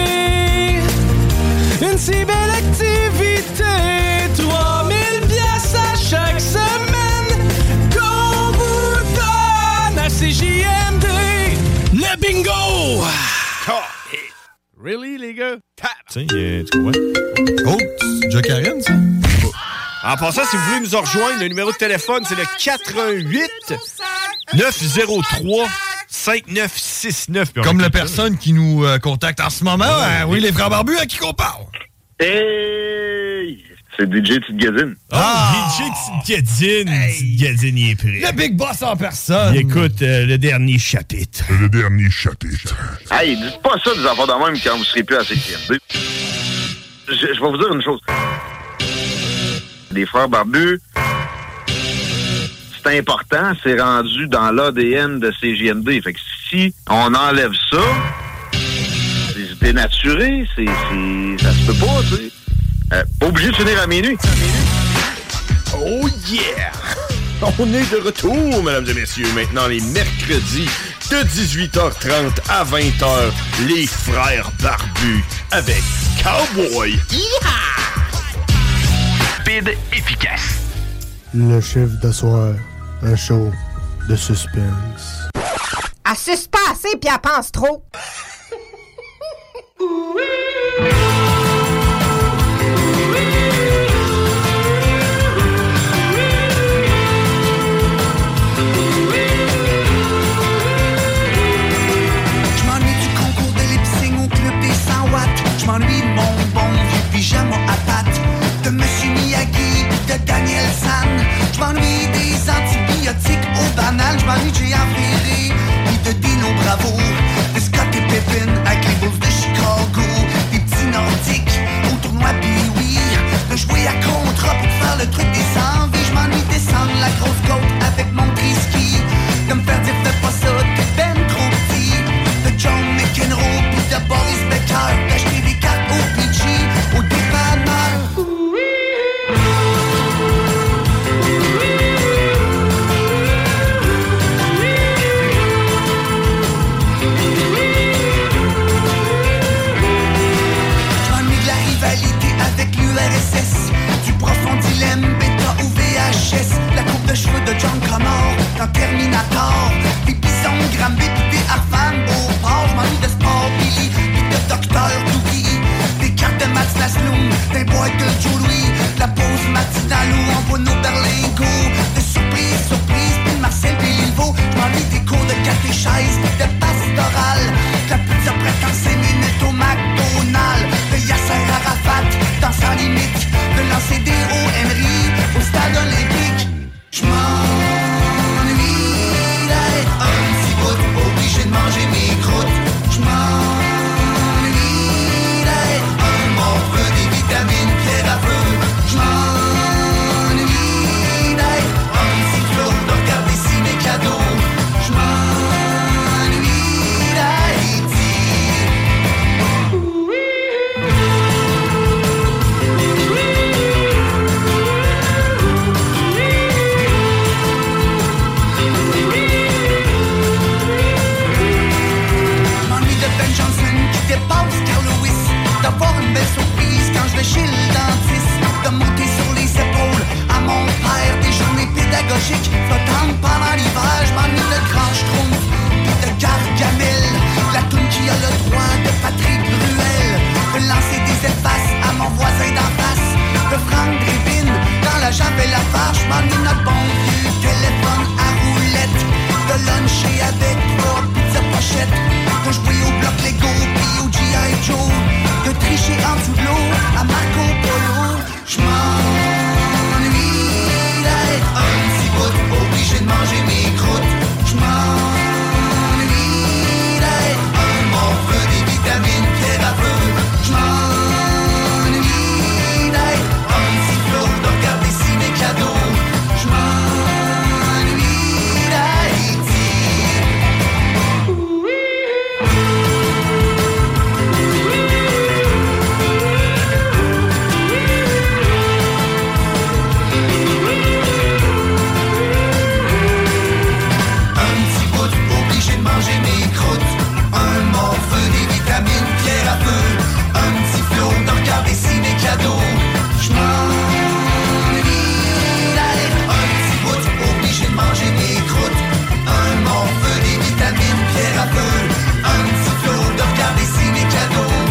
une si belle activité. 3000 piastres à chaque semaine qu'on vous donne à CJMD. Le bingo! Really, les gars? Tiens, tu comprends? Oh, c'est déjà Karen, ça? En passant, si vous voulez nous rejoindre, le numéro de téléphone, c'est le 88 903 5969. Comme la personne qui nous contacte en ce moment. Oui, les frères barbus à qui qu'on parle. Hey! C'est DJ Petite Gadine. DJ Petite Gadine. Petite Gadine, il est prêt. Le Big Boss en personne. Il écoute le dernier chapitre. Hey, dites pas ça des enfants de même quand vous serez plus à CJMD. Je vais vous dire une chose. Les frères barbus, c'est important, c'est rendu dans l'ADN de CJMD. Fait que si on enlève ça, c'est dénaturé, ça se peut pas, tu sais. Pas obligé de finir à minuit. Oh yeah! On est de retour, mesdames et messieurs. Maintenant, les mercredis de 18h30 à 20h, les frères barbus avec Cowboy. Rapide, efficace. Le chiffre de soir, un show de suspense. Elle suce pas assez puis elle pense trop. M'ennuie de mon bon vieux pyjama à pattes, de Monsieur Miyagi, de Daniel San. Je m'ennuie des antibiotiques aux bananes. Je m'ennuie de J.R. Ferré, puis de Dino Bravo, de Scott et Pippen avec les Bulls de Chicago, des petits nordiques au tournoi Pee-Wee, de jouer à contrat pour faire le truc des 100 vies. Je m'ennuie de descendre la grosse côte avec mon triski, de me faire dire fais pas ça, t'es ben trop petit, de John McEnroe puis de Boris Becker, d'acheter des cartes au Pidgey, au dépanneur. J'm'ennuie de la rivalité avec l'URSS, du profond dilemme bêta ou VHS, la coupe de cheveux de John Connor dans Terminator, des bisons Granby pis des Arfan Beauport. J'm'ennuie de Sport Billy pis de Dr. Doogie, des cartes de Mats Laszlo, des boîtes de Joe Louis, la pause matinale où on voit nos berlingots, de surprise, surprise pis de Marcel Béliveau. J'm'ennuie des cours de catéchèse pis de pastoral, de la pizza prête en 5 minutes au McDonald's, de Yasser Arafat dans Sans Limite, de lancer des hauts Emery au stade olympique. J'm'ennuie d'être un petit bout, obligé de manger mes croûtes. J'm'ennuie d'être un morveux, des vitamines pierre à feu. J'm'ennuie d'être un petit flot, de regarder si mes cadeaux. J'm'ennuie d'Haïti. Ben Johnson qui dépasse Carl Lewis, d'avoir une belle surprise quand je vais chez le dentiste, de monter sur les épaules à mon père, des journées pédagogiques flottantes pendant l'hiver. Je m'ennuie de Grand Schtroumpf pis de Gargamel, la toune qui a le droit de Patrick Bruel, de lancer des effaces à mon voisin d'en face, de Franck Drébin dans la jambe et la farce. Je m'ennuie de notre bon vieux téléphone à roulette, de luncher avec 3 pizzas pochettes, de jouer au bloc Lego pis au G.I. Joe, de tricher en dessous de l'eau à Marco Polo. J'm'ennuie d'être un petit bout, obligé de manger mes croûtes. J'm'ennuie d'être un morveux, des vitamines pierre à feu. J'm'ennuie d'être un petit flot, de regarder si mes cadeaux. J'm'ennuie d'Haïti. Obligé de manger mes croûtes, un morveux, des vitamines pierre à feu, un petit flot, de regarder si mes cadeaux. J'm'ennuie d'être un petit bout, obligé de manger mes croûtes, un morveux, des vitamines pierre à feu, un petit flot, de regarder si mes cadeaux.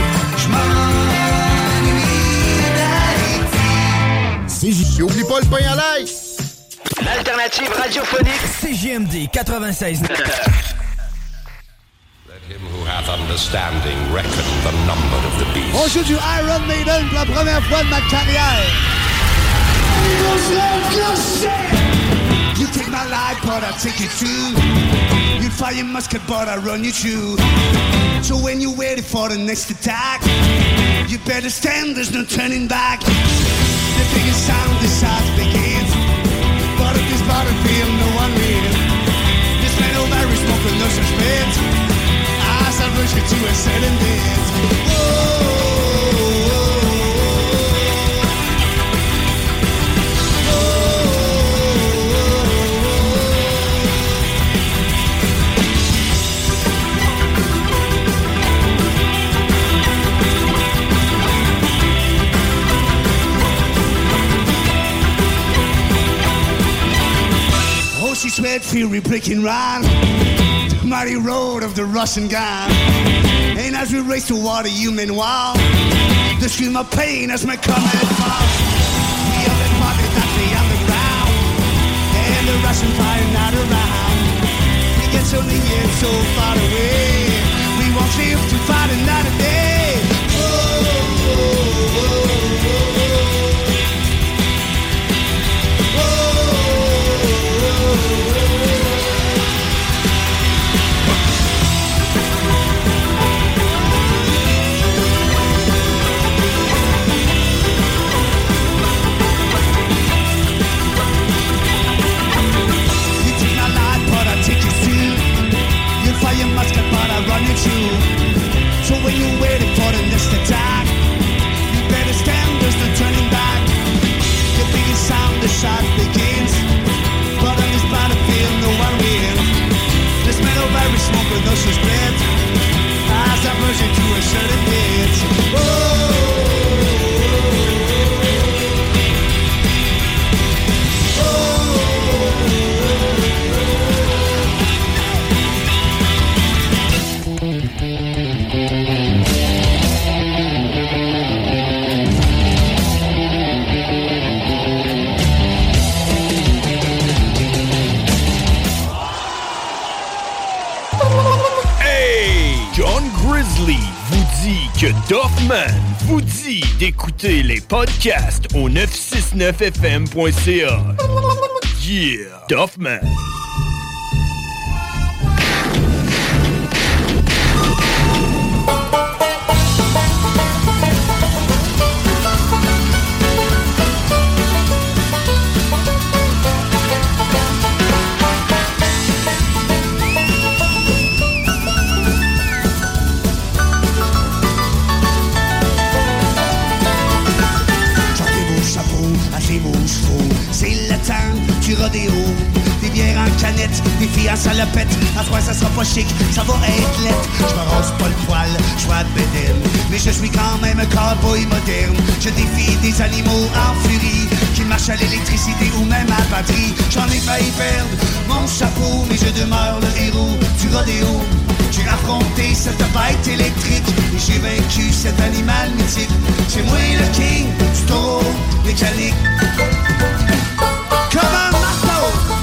J'm'ennuie d'Haïti. Oublie pas le pain à l'ail! L'alternative radiophonique CJMD 96. Let him who hath a understanding reckoned the number of the beast. On joue du Iron Maiden pour la première fois de ma carrière. You take my life, but I take it too. You fire your musket, but I run you through. So when you're ready for the next attack, you better stand, there's no turning back. The biggest sound, the shot begins. But at this battlefield, no one wins. This man over is smoking no suspense. As I rush you to a sudden dance. She sweat fury breaking round the mighty road of the Russian gun. And as we race toward a human wall, the scream of pain as my comrade falls. We are the body that lay on the ground, and the Russian fire not around. We get so near, so far away. We won't live to fight another day. Oh, oh, oh, oh. Fire musket, but I run you through. So when you're waiting for the next attack, you better stand, there's no turning back. The biggest sound, the shot begins. But on this battlefield, no one wins. This metal very smoke with no suspense. As I merge into a certain dance. Vous dit que Duffman vous dit d'écouter les podcasts au 969fm.ca. Yeah, Duffman. C'est le temps du rodéo. Des bières en canette, des filles en salopette. À soir ça sera pas chic, ça va être lettre. Je me rase pas le poil, je vois de bédaine, mais je suis quand même un cowboy moderne. Je défie des animaux en furie qui marchent à l'électricité ou même à batterie. J'en ai failli perdre mon chapeau, mais je demeure le héros du rodéo. J'ai affronté cette bête électrique et j'ai vaincu cet animal mythique. C'est moi le king du taureau mécanique. Comme un marteau.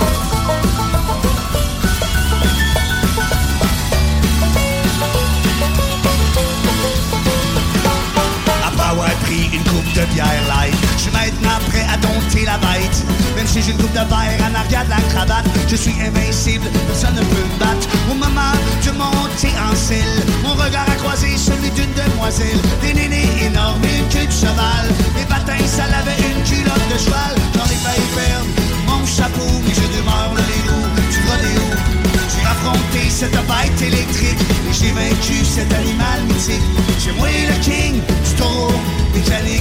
Après avoir pris une coupe de bière light, je suis maintenant prêt à dompter la bête. Même si j'ai une coupe de verre en arrière de la cravate, je suis invincible, personne ne peut me battre. Au moment de monter en selle, mon regard a croisé celui d'une demoiselle. Des nénés énormes, une queue de cheval, des patins, ça l'avait une culotte de cheval. J'en ai failli perdre mon chapeau, mais je demeure le héros du rodéo. J'ai affronté cette bête électrique et j'ai vaincu cet animal mythique. C'est moi le king du taureau mécanique.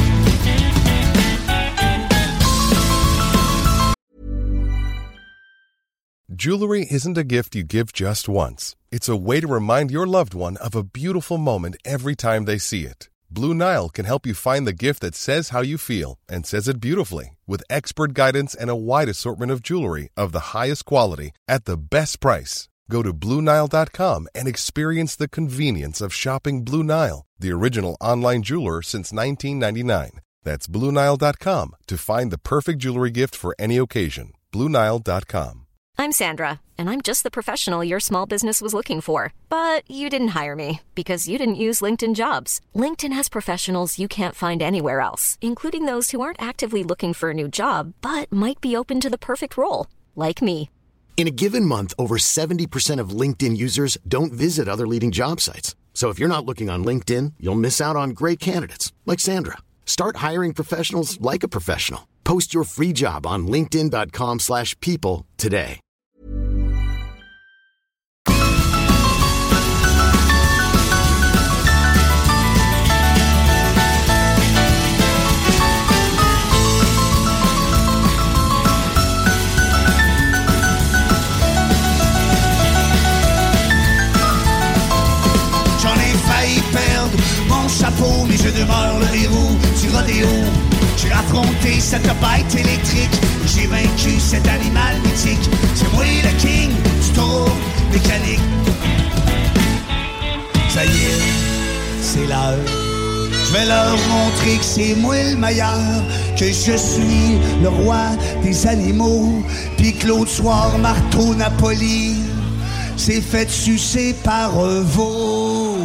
Jewelry isn't a gift you give just once. It's a way to remind your loved one of a beautiful moment every time they see it. Blue Nile can help you find the gift that says how you feel and says it beautifully, with expert guidance and a wide assortment of jewelry of the highest quality at the best price. Go to BlueNile.com and experience the convenience of shopping Blue Nile, the original online jeweler since 1999. That's BlueNile.com to find the perfect jewelry gift for any occasion. BlueNile.com. I'm Sandra, and I'm just the professional your small business was looking for. But you didn't hire me because you didn't use LinkedIn Jobs. LinkedIn has professionals you can't find anywhere else, including those who aren't actively looking for a new job, but might be open to the perfect role, like me. In a given month, over 70% of LinkedIn users don't visit other leading job sites. So if you're not looking on LinkedIn, you'll miss out on great candidates like Sandra. Start hiring professionals like a professional. Post your free job on linkedin.com/people today. Perdre mon chapeau, mais je demeure le héros du rodéo. J'ai affronté cette bête électrique, j'ai vaincu cet animal mythique. C'est moi le king du taureau mécanique. Ça y est, c'est l'heure. Je vais leur montrer que c'est moi le meilleur, que je suis le roi des animaux. Puis que l'autre soir, Marteau Napoli s'est fait sucer par un veau.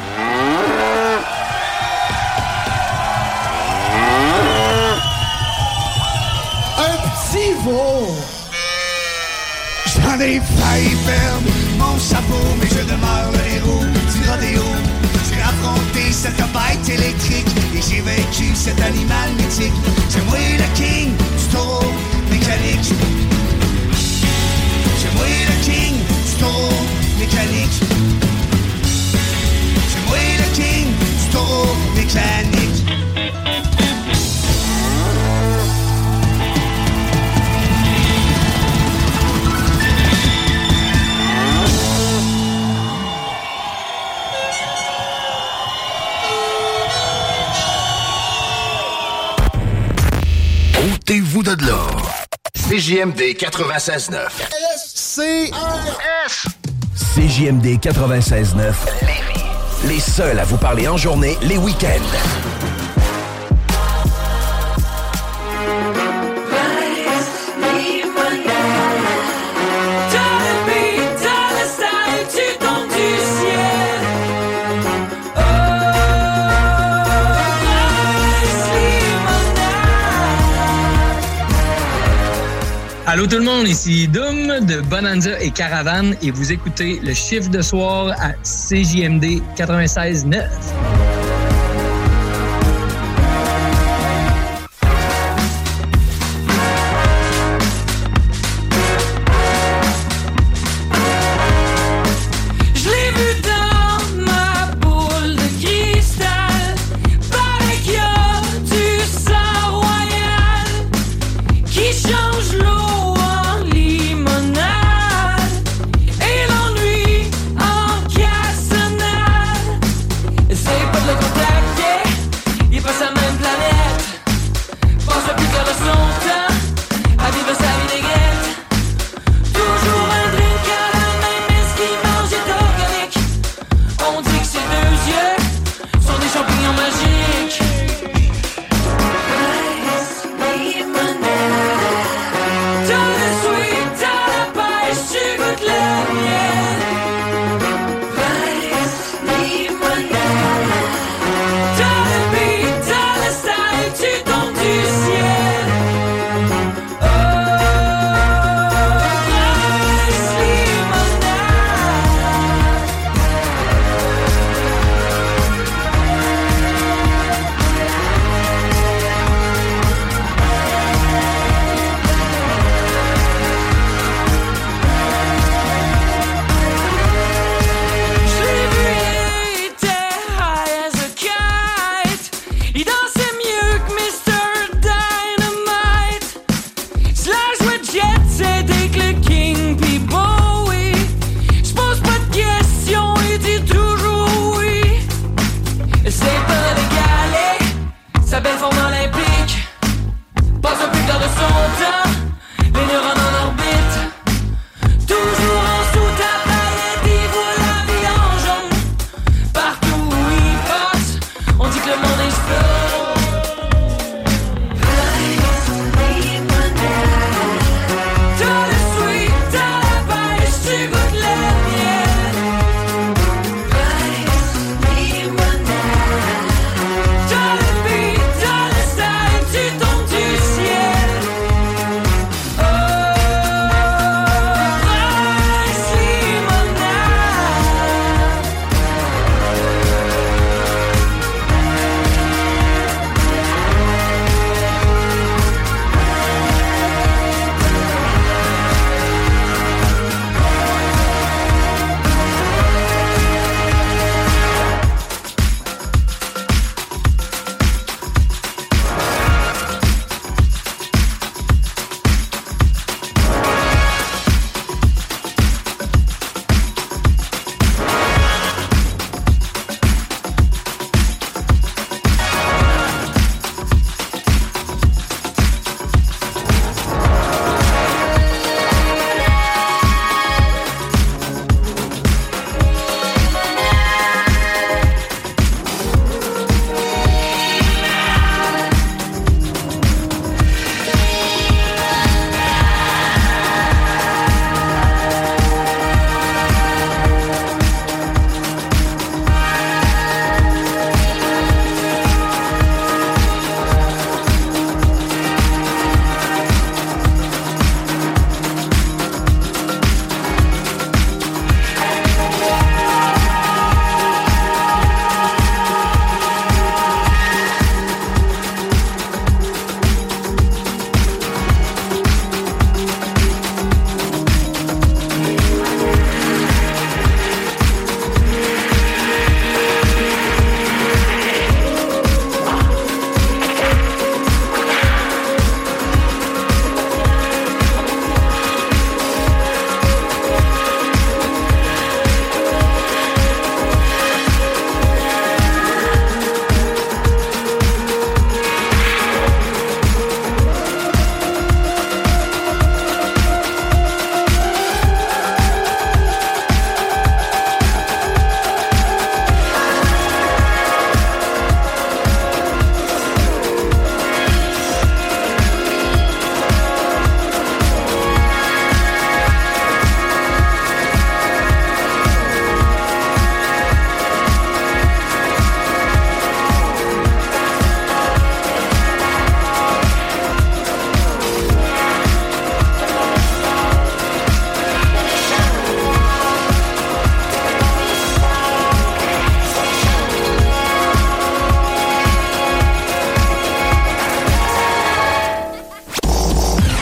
J'en ai failli perdre mon chapeau, mais je demeure le héros du rodéo. J'ai affronté cette bête électrique et j'ai vaincu cet animal mythique. C'est moi le king du taureau mécanique. C'est moi le king du taureau mécanique. C'est moi le king du taureau mécanique. Ôtez-vous de là. CJMD 96.9. S-C-R-S. CJMD 96.9. Les seuls à vous parler en journée, les week-ends. Allô tout le monde, ici Doom de Bonanza et Caravane et vous écoutez le chiffre de soir à CJMD 96.9.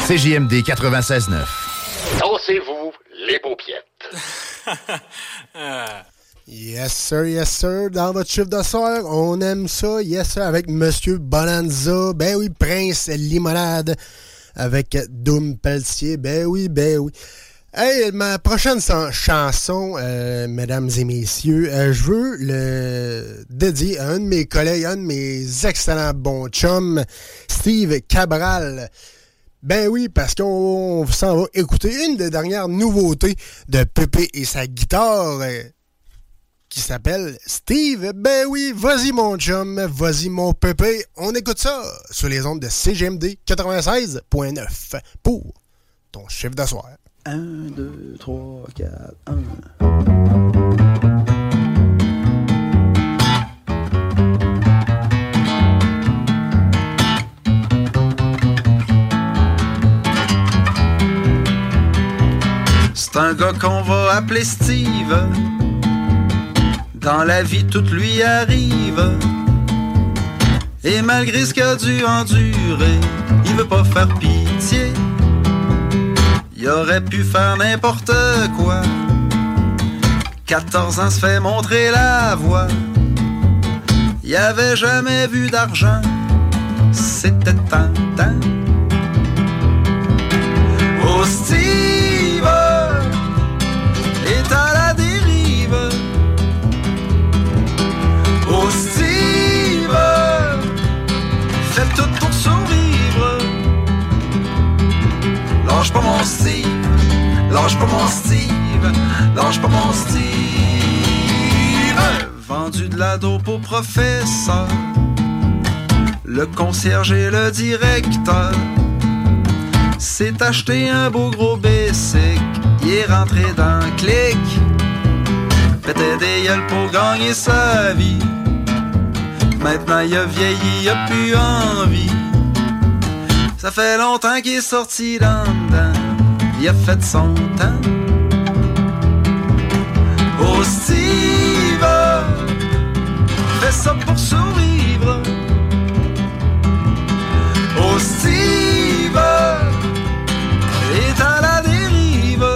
CJMD 96.9. Dansez-vous les paupiettes. Yes sir, dans votre chiffre de soir, on aime ça, yes sir, avec Monsieur Bonanza, ben oui, Prince Limonade, avec Doom Pelletier, ben oui. Hey, ma prochaine chanson, mesdames et messieurs, je veux le dédier à un de mes collègues, un de mes excellents bons chums, Steve Cabral. Ben oui, parce qu'on s'en va écouter une des dernières nouveautés de Pépé et sa guitare qui s'appelle Steve. Ben oui, vas-y mon chum, vas-y mon Pépé. On écoute ça sur les ondes de CGMD 96.9 pour ton chiffre de soir. 1, 2, 3, 4, 1. C'est un gars qu'on va appeler Steve. Dans la vie, tout lui arrive. Et malgré ce qu'il a dû endurer, il veut pas faire pitié. Il aurait pu faire n'importe quoi. 14 ans se fait montrer la voie. Il avait jamais vu d'argent. C'était tentant. Oh Steve est à la dérive. Oh Steve fait tout pour survivre. Lâche pas mon Steve, lâche pas mon Steve, lâche pas mon Steve. Vendu de la dope au professeur, le concierge et le directeur. S'est acheté un beau gros basic, il est rentré dans le clic. Pétait des gueules pour gagner sa vie. Maintenant il a vieilli, il a plus envie. Ça fait longtemps qu'il est sorti d'en dedans, il a fait son temps. Oh Steve fait ça pour survivre. Oh Steve est à la dérive.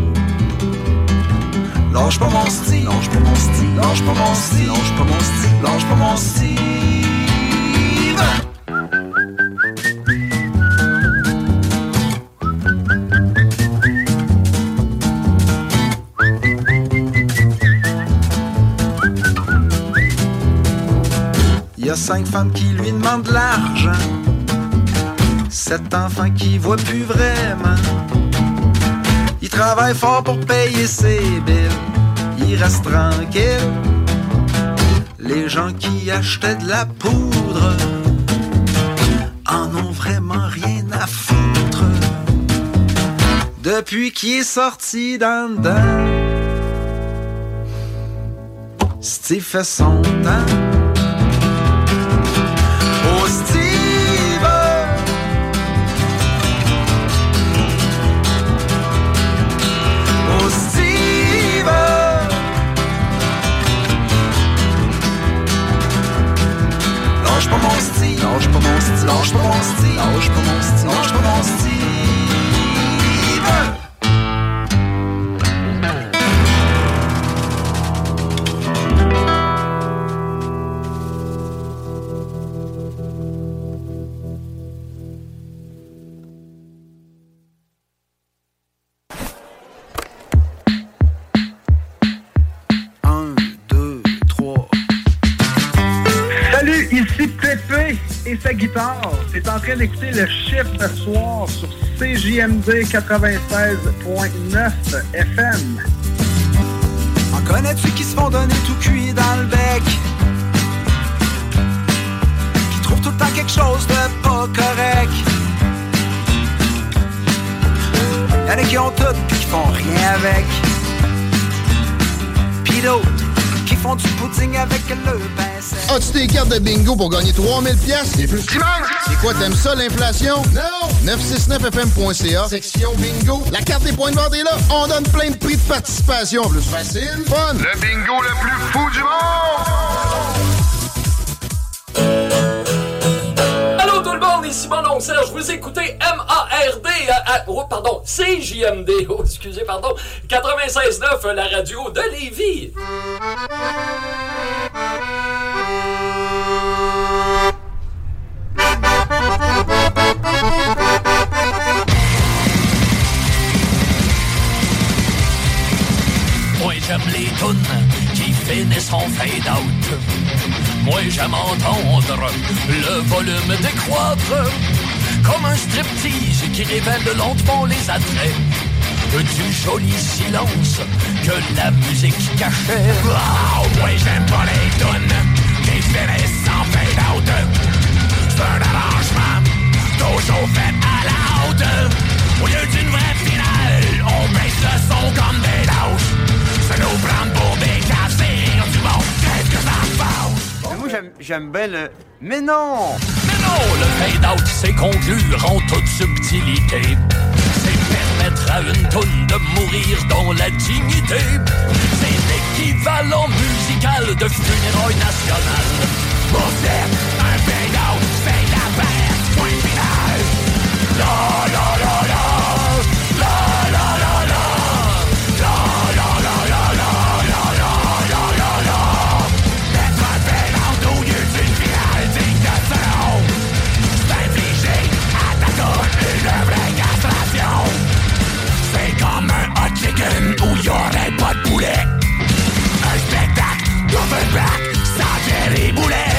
Lâche pas mon Steve, lâche pas mon Steve, lâche pas mon Steve, lâche pas mon Steve, lâche pas mon Steve. Il y a 5 femmes qui lui demandent de l'argent, 7 enfants qui voient plus vraiment. Il travaille fort pour payer ses billes, il reste tranquille. Les gens qui achetaient de la poudre en ont vraiment rien à foutre. Depuis qu'il est sorti d'en dedans, Steve fait son temps. Oh Steve oh Steve lâche pas mon Steve, lâche pas mon Steve, lâche pas mon Steve, lâche pas mon Steve, lâche pas mon Steve. Ici Pépé et sa guitare. T'es en train d'écouter le chiffre de soir sur CJMD 96.9 FM. En connais-tu qui se font donner tout cuit dans le bec? Qui trouvent tout le temps quelque chose de pas correct? Y'en a qui ont tout pis qui font rien avec. Pis d'autres qui font du pudding avec le pain sec. As-tu tes cartes de bingo pour gagner 3000 piastres? Et plus dimanche! C'est quoi, t'aimes ça, l'inflation? Non! 969fm.ca, section bingo. La carte des points de vente est là. On donne plein de prix de participation. Plus facile, fun. Le bingo le plus fou du monde! Allô tout le monde, ici Bon Serge, vous écoutez MA KRD, pardon, CJMD, excusez, pardon, 96.9, la radio de Lévis. Moi j'aime les tunes qui finissent en fade-out. Moi j'aime entendre le volume décroître comme un striptease qui révèle lentement les attraits du joli silence que la musique cachait. Oh, moi j'aime pas les tunes qui finissent en fade-out. C'est un arrangement toujours fait à la haute. Au lieu d'une vraie finale, on baisse le son comme des lâches. Ça nous prend pour des casiers du monde, qu'est-ce que ça passe? Moi j'aime bien le... Mais non! Mais non! Le fade-out c'est conclure en toute subtilité. C'est permettre à une toune de mourir dans la dignité. C'est l'équivalent musical de funérailles nationales. Pour dire un fade-out, c'est la paix, point final. La la la la, la la la la, la la la la la, la la la la la. Mettre un fade-out au lieu d'une finale digne de ce nom. C'est infliger à ta toune une vraie castration. C'est comme un hot chicken où y'aurait pas de poulet. Un spectacle d'Offenbach sans Jerry Boulet.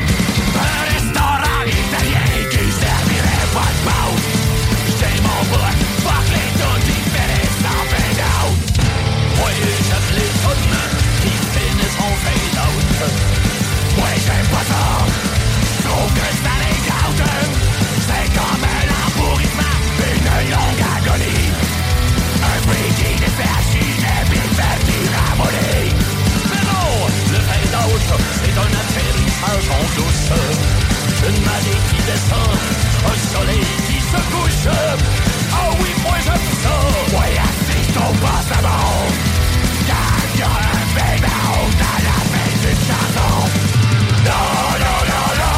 Un restaurant italien qui servirait pas de pause. J't'ai mon bout, fuck les tunes qui finissent en fade-out. Moi j'aime les tunes qui finissent en fade-out. Moi j'aime pas ça, trouve que ça les gâte. C'est comme un empourrissement, une longue agonie. Un freaky défait et puis fait du ramolli. Mais non, le fade-out, c'est un atterrissage en douce. Une marée qui descend, un soleil qui se couche. Ah oui, moi j'aime ça. Ouais, assiste au passement. Quand y a un fade-out à la fin d'une chanson. La la la la,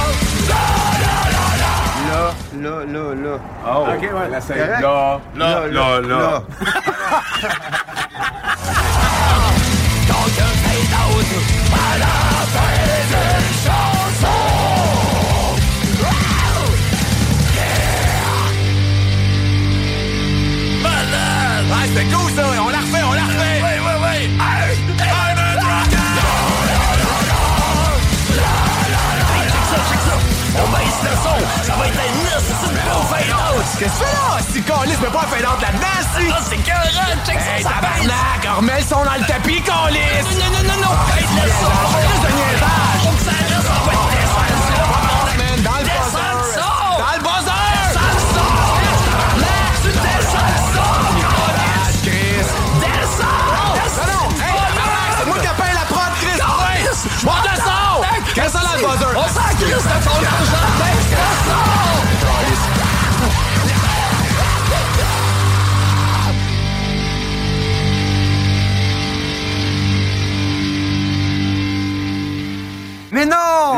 la la la la. Là. Oh, ok, ouais, là c'est correct? là. Donc un fade-out à la fin d'une chanson. Malade! Ouais, c'était cool ça, on la refait. Ouais. Hey, I'm a dragon! Check ça! On baisse le son! Ça va être un beau fade-out! Qu'est-ce que tu fais là? Si Calis met pas un fade-out là-dedans, si! Ah, c'est écœurant! Check ça! Hey, tabarnak! Remets le son dans le tapis, Calis! Non! Hey, laisse ça! Juste de niaisage! Faut que ça reste! On va être descendre le son! Dans le buzzer! Dans le buzzer! Descends le son! Tabarnak! Tu descends le son! Descends! Non! Hey, tabarnak! C'est moi qui appelle la prod, Chris! Monte le son! Qu'est-ce que ça dans le buzzer? On s'en crisse de ton argent! Baisse le son! Mais non!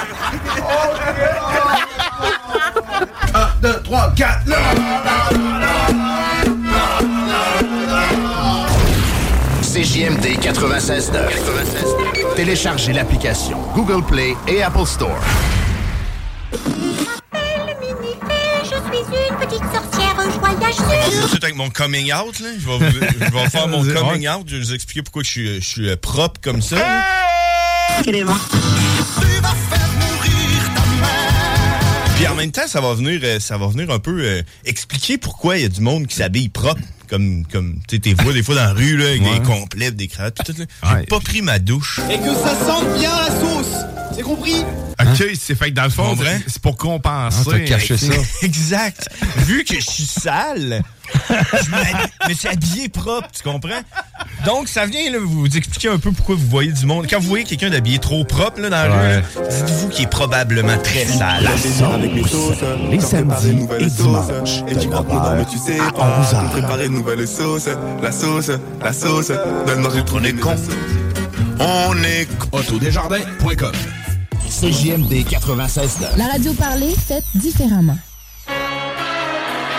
1, 2, 3, 4, là! CJMD 96.9. Téléchargez l'application Google Play et Apple Store. Je suis une petite sorcière joyeuse. C'est avec mon coming out, là. Je vais faire mon coming out. Je vais vous expliquer pourquoi je suis propre comme ça. Puis en même temps, ça va venir un peu expliquer pourquoi il y a du monde qui s'habille propre. Comme tu sais, t'es vois des fois dans la rue, là, avec des complets, des cravates, tout ça. J'ai pas pris ma douche. Et que ça sente bien la sauce. C'est compris? OK, c'est fait que dans le fond, c'est pour compenser. T'as caché ça. Exact. Vu que je suis sale, je me suis habillé propre, tu comprends? Donc, ça vient là, vous expliquer un peu pourquoi vous voyez du monde. Quand vous voyez quelqu'un d'habillé trop propre là, dans la rue, là, dites-vous qu'il est probablement très sale. La sauce, les samedis et dimanches, de 9h à 11h. Préparer une nouvelle sauce, la sauce, donne-moi du trou. On est con. Autodesjardins.com. CJMD 96.9. La radio parlée, faite différemment.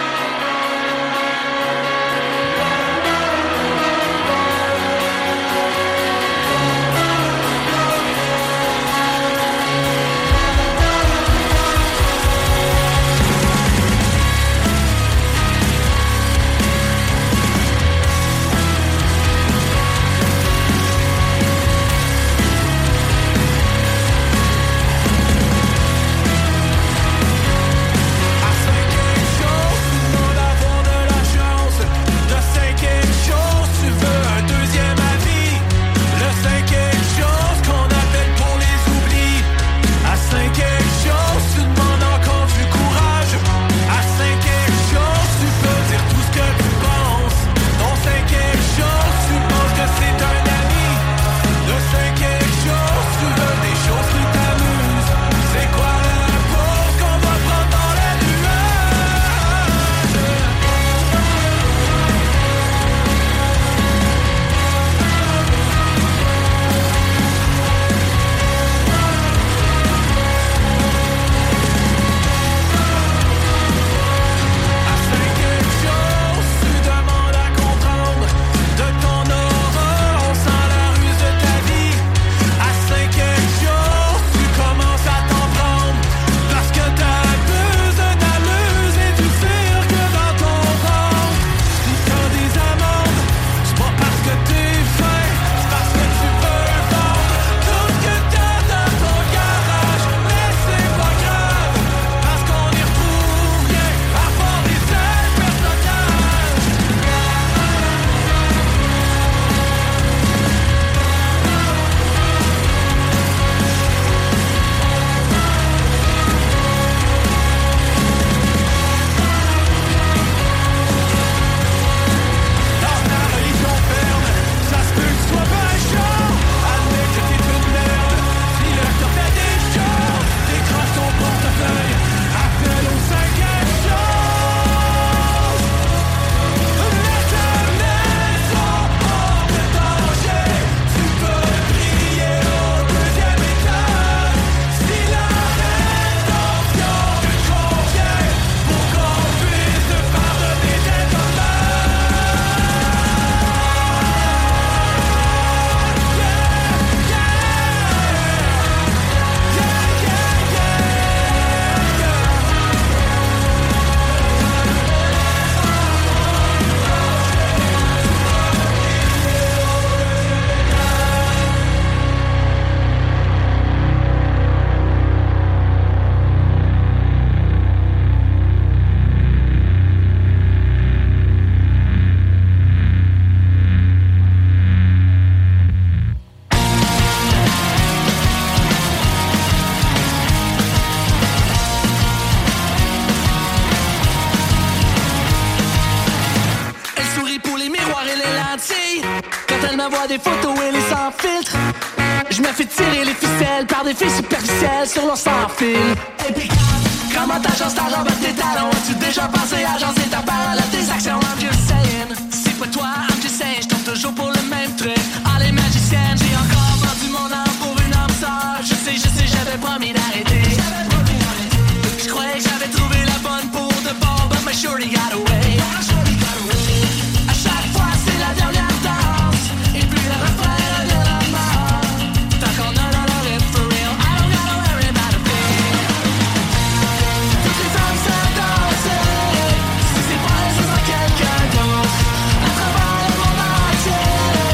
me voit des photos et les sans filtre. Je me fais tirer les ficelles par des filles superficielles sur leur sans fil. Et puis comment t'agences ta jambe avec tes talons? As-tu déjà pensé à agencer ta parole à tes actions? I'm just saying, c'est pas toi, I'm just saying, je tombe toujours pour le même truc. Ah les magiciennes, j'ai encore vendu mon âme pour une âme sœur. Je sais, j'avais promis d'arrêter. Je croyais que j'avais trouvé la bonne pour de bon, but my shorty got away. À chaque fois c'est la dernière danse, et puis le refrain revient la mort. Tant qu'on a dans le rythme for real, I don't gotta worry about a thing. Toutes les femmes savent danser, si c'est pas elles, ce sera quelqu'un d'autre. À travers le monde entier.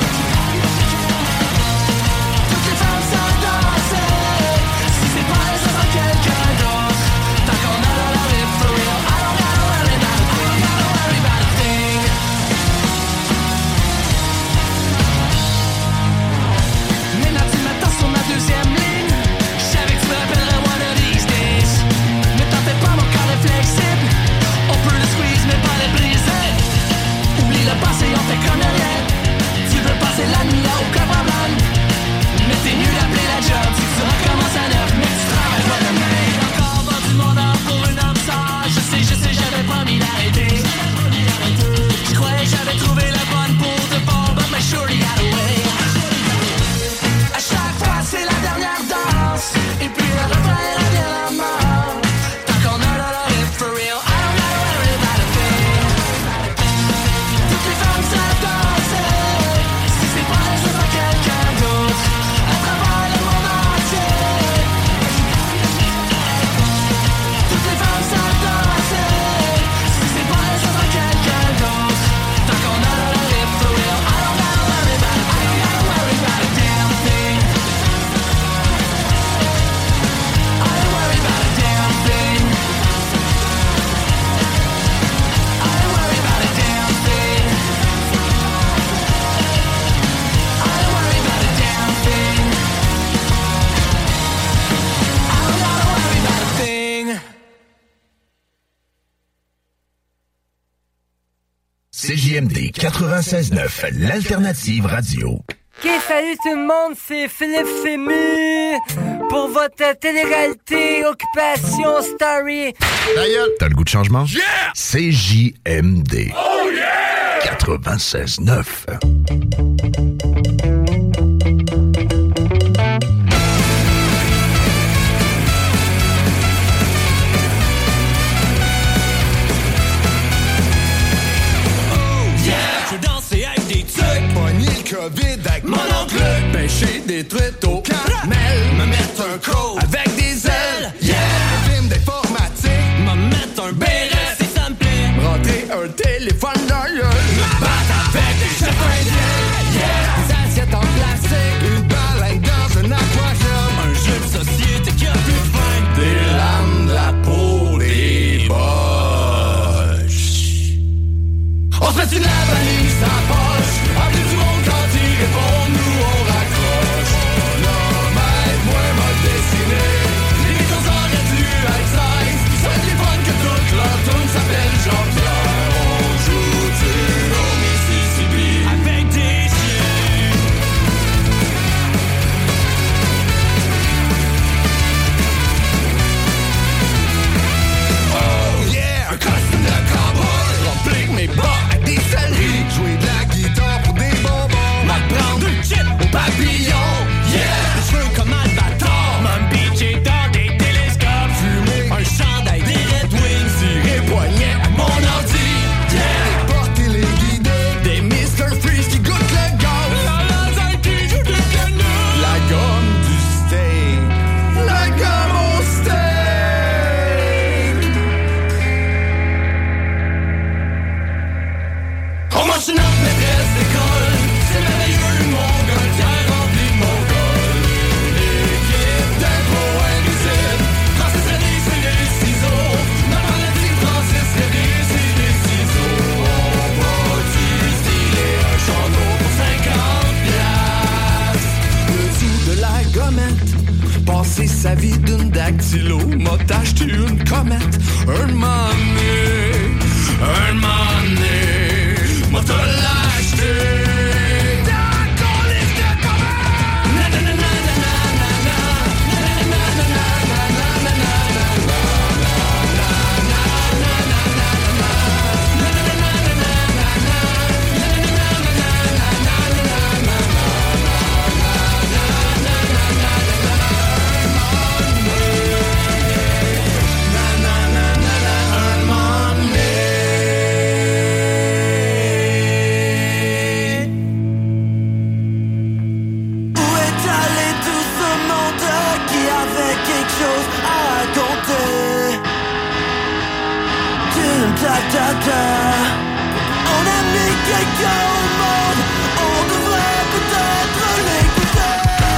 Toutes les femmes savent danser, si c'est pas elles, ce sera quelqu'un d'autre. Tant qu'on a dans le rythme for real, I don't gotta worry about a thing. I don't worry about a thing. Maintenant tu m'attends sur ma deuxième ligne. Je savais que tu me rappellerais one of these days. Ne t'en fais pas, mon corps est flexible. On peut le squeeze mais pas le briser. Oublie le passé, on fait comme rien. Tu veux passer la nuit là, aucun problème. Mais t'es mieux d'appeler la job. Si tu recommences à neuf, mais tu travailles pas demain. Encore vendu mon âme pour une âme sœur. Je sais, j'avais promis d'arrêter. Je croyais que j'avais trouvé la bonne pour de bon, but my shorty got away. À chaque fois c'est la dernière danse, et puis le refrain revient la mort. Tant qu'on a dans le rythme for real, I don't gotta worry about a thing. Toutes les femmes savent danser, si c'est pas elles, ce sera quelqu'un d'autre. À travers le monde entier. Toutes les femmes savent danser, si c'est pas elles, ce sera quelqu'un d'autre. Tant qu'on a dans le rythme for real, I don't gotta worry about a thing. I don't worry about a damn thing. I don't worry about a damn thing. I don't worry about a damn thing. I don't worry about a damn thing. I don't gotta worry about a thing. CJMD 96.9, l'alternative radio. Ok, salut tout le monde, c'est Philippe Fému pour votre télé-réalité Occupation Story. T'as le goût de changement? Yeah! CJMD. Oh yeah! 96.9. Je veux danser avec des trucs, pogner le COVID avec mon oncle, pêcher des truites au caramel, me mettre un croc avec des ailes, yeah! Un film d'informatique, me mettre un béret si ça me plaît, rentrer un téléphone dans l'œil, me battre avec des chefs indiens, yeah! Des assiettes en plastique, une baleine dans un aquarium, un jeu de société qui a plus de fin, des lames de la peau, des boches. On se met une la valise en poche, appelez du monde quand il répond, nous on raccroche. L'homme aide, moi m'a dessiné, les choses auraient dû être 16. Ça plus fun que toute leur tourne s'appelle Jean-Pierre. On joue dur au Mississippi avec des chiens. Oh yeah, un costume de cowboy, rempli mes bas avec des céleris, jouer de la guitare pour des bonbons, m'apprendre une chip au papillon, yeah, des cheveux comme Albator, m'embitcher dans des télescopes, fumer un chandail des Red Wings, tirer poignet à mon ordi, yeah, les porter, les guider, des Mr. Freeze qui goûtent le gaz, la lasagne qui joue du piano, la gomme du steak, la gomme au steak. On mange une autre maîtresse d'école, c'est merveilleux mon gars, tiens rempli de mon col. L'équipe d'impro invisible, Francis Reddy c'est des ciseaux, notre relative Francis Reddy c'est des ciseaux. On produit stylé un château pour 50$. Dessous de la gommette, passer sa vie d'une dactylo, m'a acheté une comète, un money, m'a te l'acheter. ta. On a mis quelqu'un au monde, on devrait peut-être l'écouter.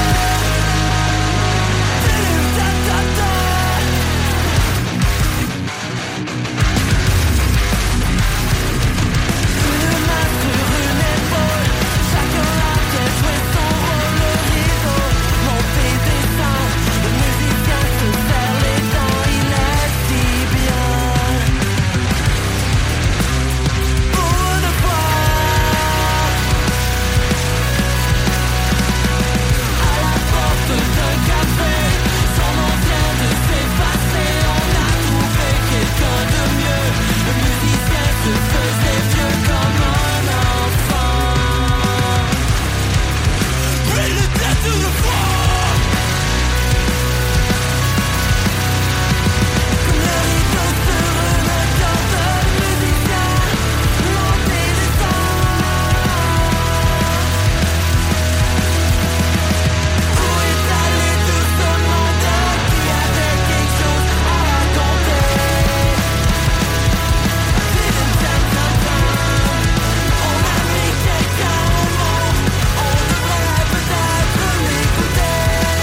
Une main sur une épaule, chacun a bien joué son rôle, le rideau monté, descend, le musicien se serre les dents, il est si bien. Pour une fois, à la porte d'un café, son nom vient de s'effacer, on a trouvé quelqu'un de mieux, le musicien se faisait vieux comme un enfant. Bring the dead to the floor. Comme le rideau sur une corde, le musicien monte et descend. Où est allé tout ce monde qui avait quelque chose à raconter? On a mis quelqu'un au monde, on devrait peut-être l'écouter.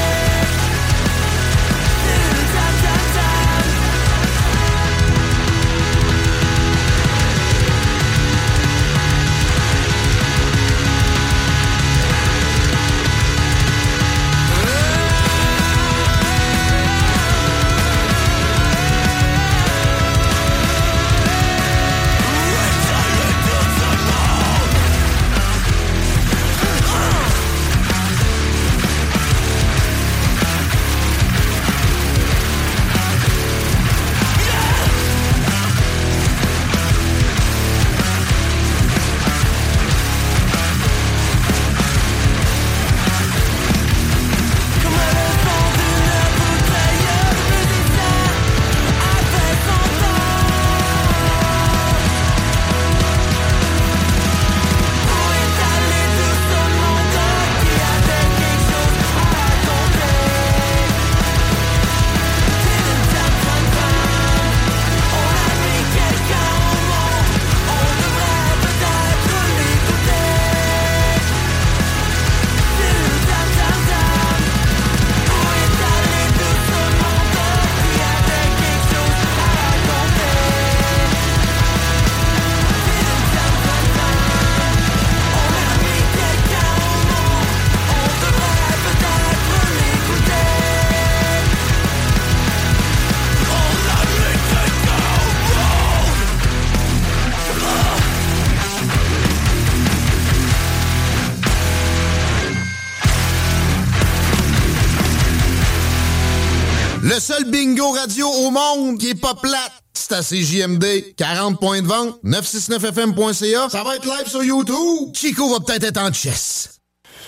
Le seul bingo radio au monde qui est pas plate, c'est à CJMD. 40 points de vente, 969fm.ca. Ça va être live sur YouTube. Chico va peut-être être en chess.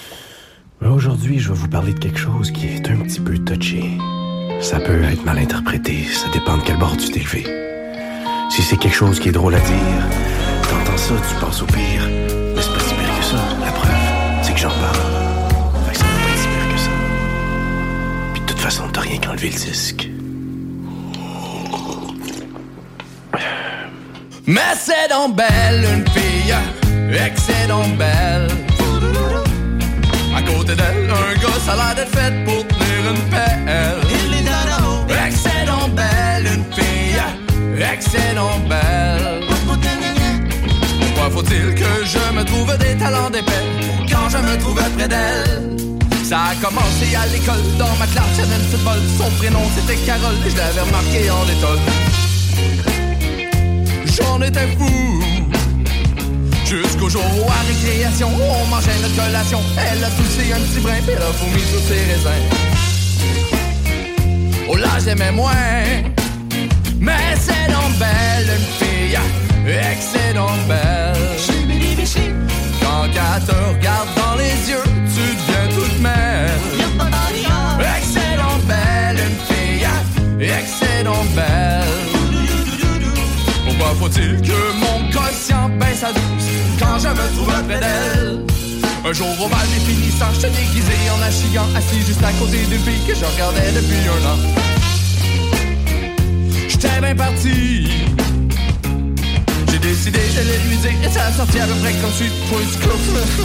Aujourd'hui, je vais vous parler de quelque chose qui est un petit peu touché. Ça peut être mal interprété, ça dépend de quel bord tu t'es levé. Si c'est quelque chose qui est drôle à dire, t'entends ça, tu penses au pire. Mais c'est pas si pire que ça. La preuve, c'est que j'en parle. Fait que ça va pas être si pire que ça. Puis de toute façon, t'as rien qu'enlevé le disque. Mais c'est donc belle, une fille, excellent belle. À côté d'elle, un gars, ça a l'air d'être fait pour tenir une pelle. Excellent belle, une fille, excellent belle. Pourquoi faut-il que je me trouve des talents d'épais quand je me trouvais près d'elle? Ça a commencé à l'école, dans ma classe, j'avais le football. Son prénom c'était Carole, et je l'avais remarqué en étole. J'en étais fou, jusqu'au jour où à récréation, on mangeait notre collation. Elle a touché un petit brin, puis elle a vomi tous ses raisins. Oh là, j'aimais moins, mais c'est donc belle, une fille, excellent belle. Quand elle te regarde dans les yeux, tu deviens toute belle. Excellent belle, une fille, excellent belle. Pourquoi faut-il que mon quotient baisse à 12 quand je me trouve près d'elle? Un jour au bal définissant, j'étais déguisé en achigan, assis juste à côté d'une fille que je regardais depuis un an. J'étais bien parti, décidé de lui dire et ça a sorti à peu près comme suit. Point du coup,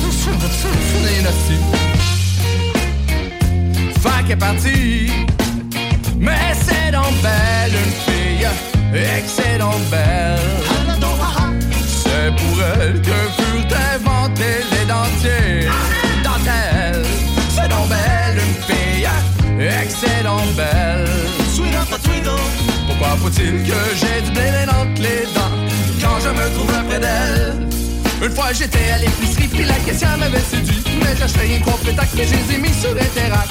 Fait qu'elle est partie. Mais c'est donc belle une fille, et que c'est donc belle. C'est pour elle que furent inventés les dentiers. Dentelle, c'est donc belle une fille, et que c'est donc belle. Pourquoi faut-il que j'ai du blé entre les dents quand je me trouve près d'elle? Une fois j'étais à l'épicerie puis la caissière m'avait séduit. Mais j'achetais rien contre pétac mais je les ai mis sur Interac.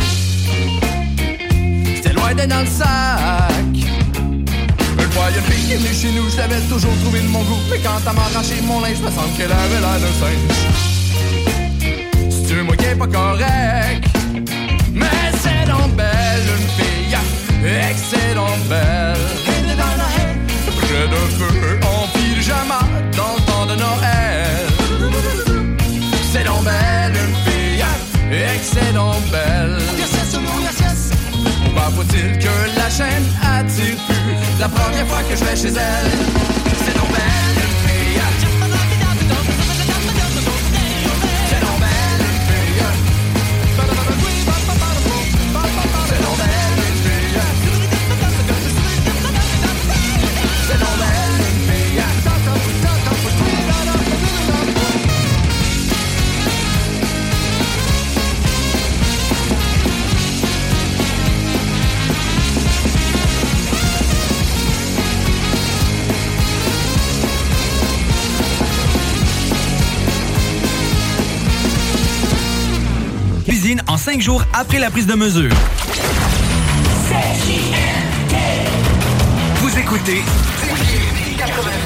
C'était loin d'être dans le sac. Une fois y'a une fille qui est venue chez nous, je l'avais toujours trouvé de mon goût. Mais quand elle m'a arraché mon linge, me semble qu'elle avait l'air d'un singe. C'est moi qui est pas correct. Mais c'est donc belle une fille, et que c'est donc belle. Près d'un feu en pyjama dans le temps de Noël. C'est donc belle une fille, et que c'est donc belle. Pourquoi faut-il que la chaîne attire plus la première fois que je vais chez elle? C'est donc belle une fille. C'est donc belle une fille. C'est donc belle une fille. C'est donc belle une fille. Cuisine en 5 jours après la prise de mesure. Vous écoutez CJMD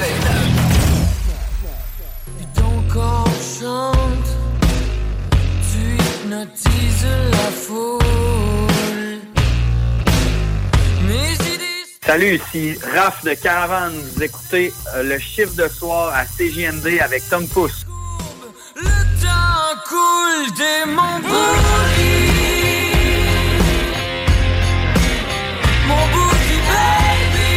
89. Ton corps chante, tu hypnotises la foule. Mes idées... Salut, ici Raph de Caravane. Vous écoutez le chiffre de soir à CJMD avec Tom Pousse. Le temps coule des mon booty. Mon booty baby.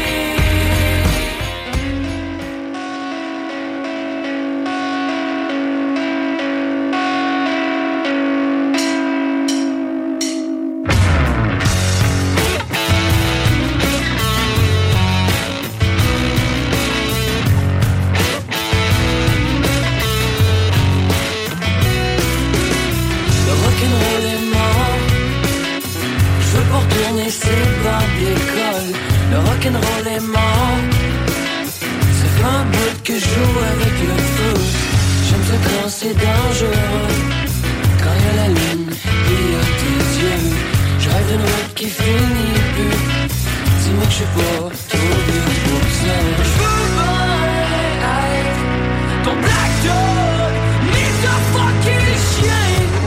C'est pas d'école, le rock'n'roll est mort. C'est pas un bout que je joue avec le feu. J'aime ça quand c'est dangereux. Quand y'a la lune et y'a tes yeux. Je rêve d'une route qui finit plus. Dis-moi que je suis pas trop vieux pour ça. Je veux pas être ton black dog, ni ta fucking chien.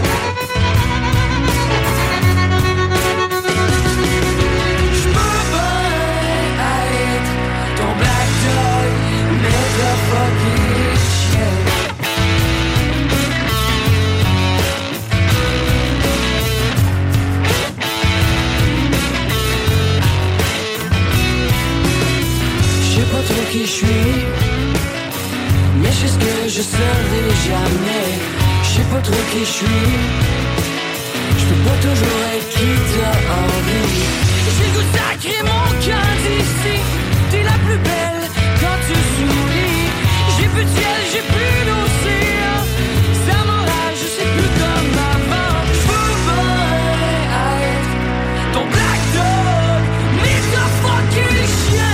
Qui je suis, mais je sais ce que je serai jamais. Je sais pas trop qui je suis. Je peux pas toujours être qui t'as envie. J'ai le goût de sacrer mon camp d'ici. T'es la plus belle quand tu souris. J'ai plus de ciel, j'ai plus d'océan. Ça m'enrage, je sais plus comme avant. Je veux pas être ton black dog, mais ta fucking chien.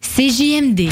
CJMD.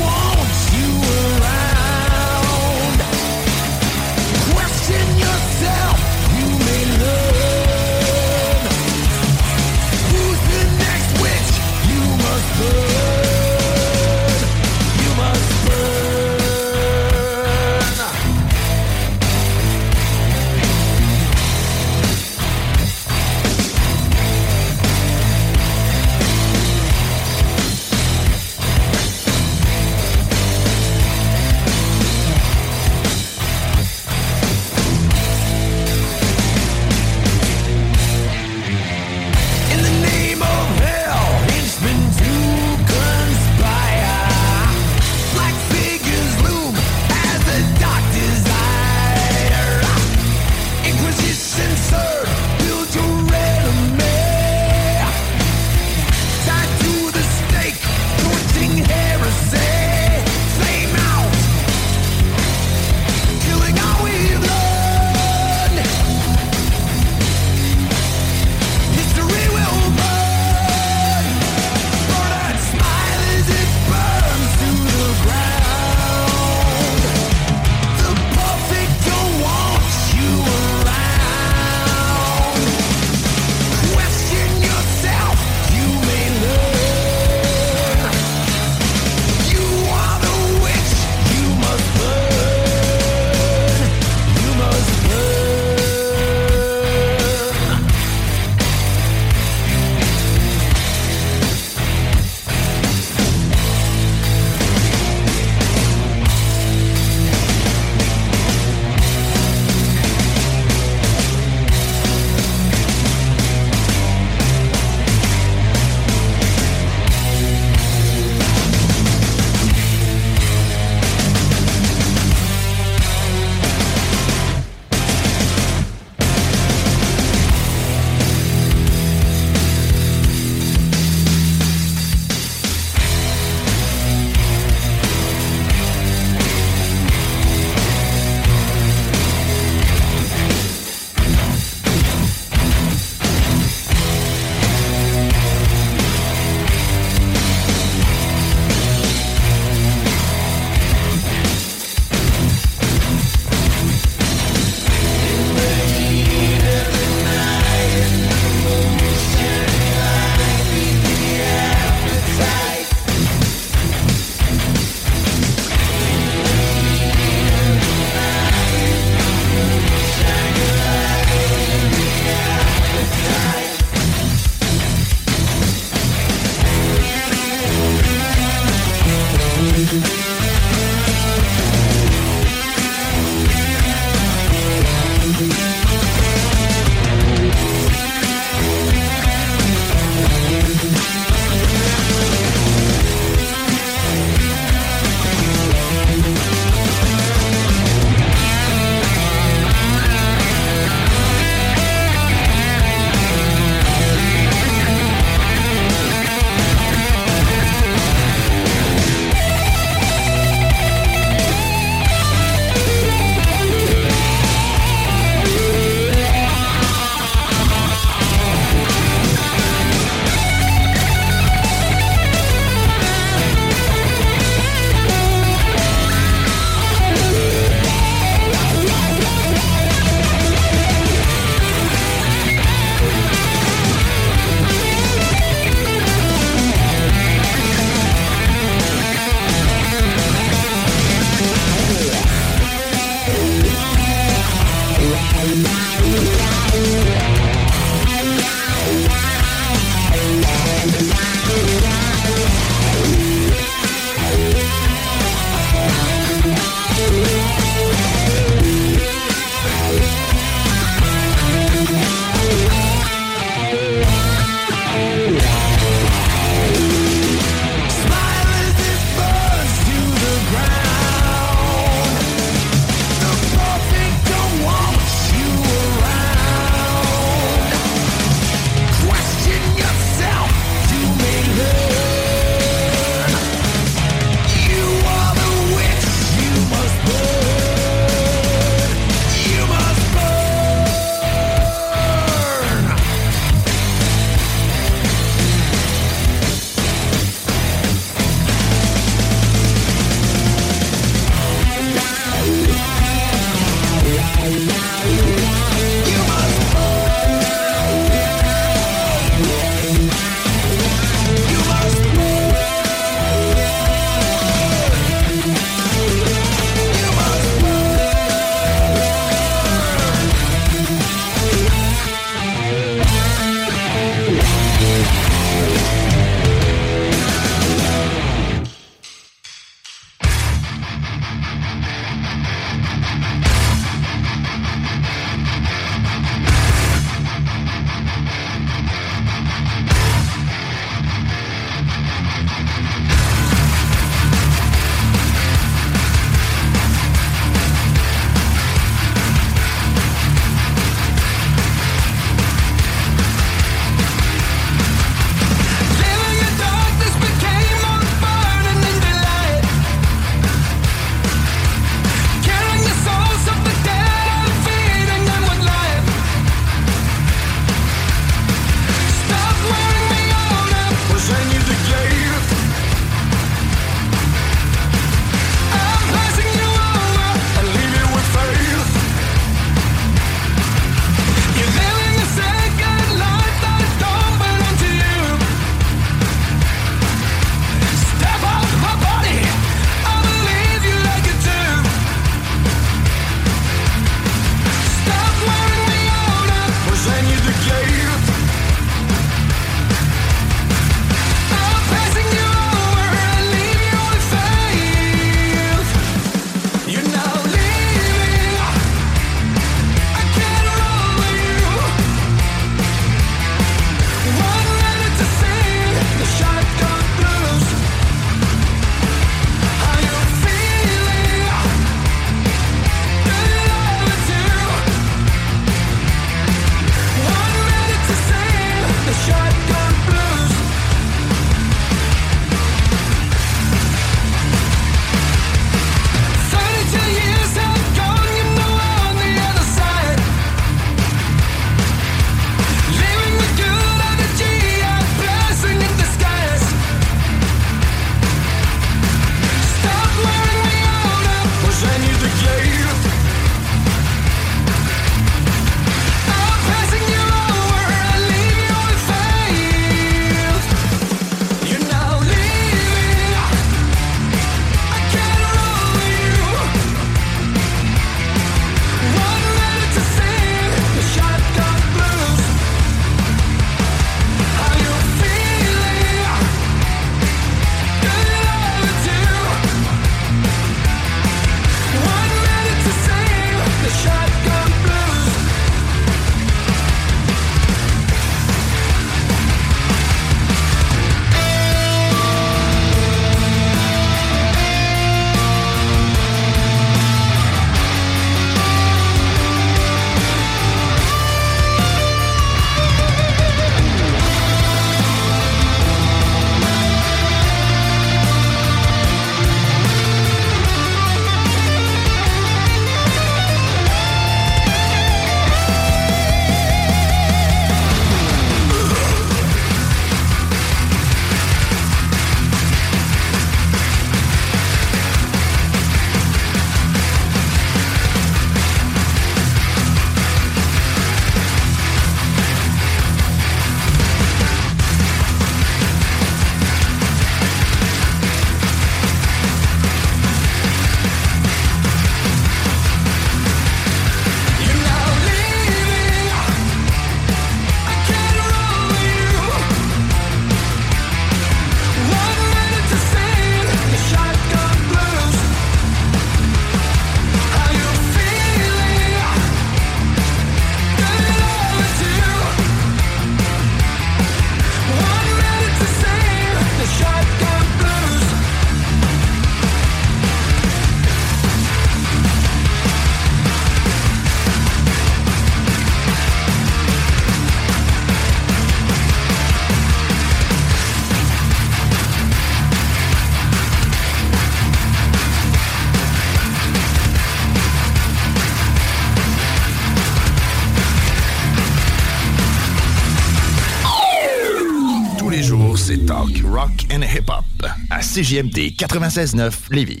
c'est talk, rock and hip-hop à CJMD 96.9 Lévis.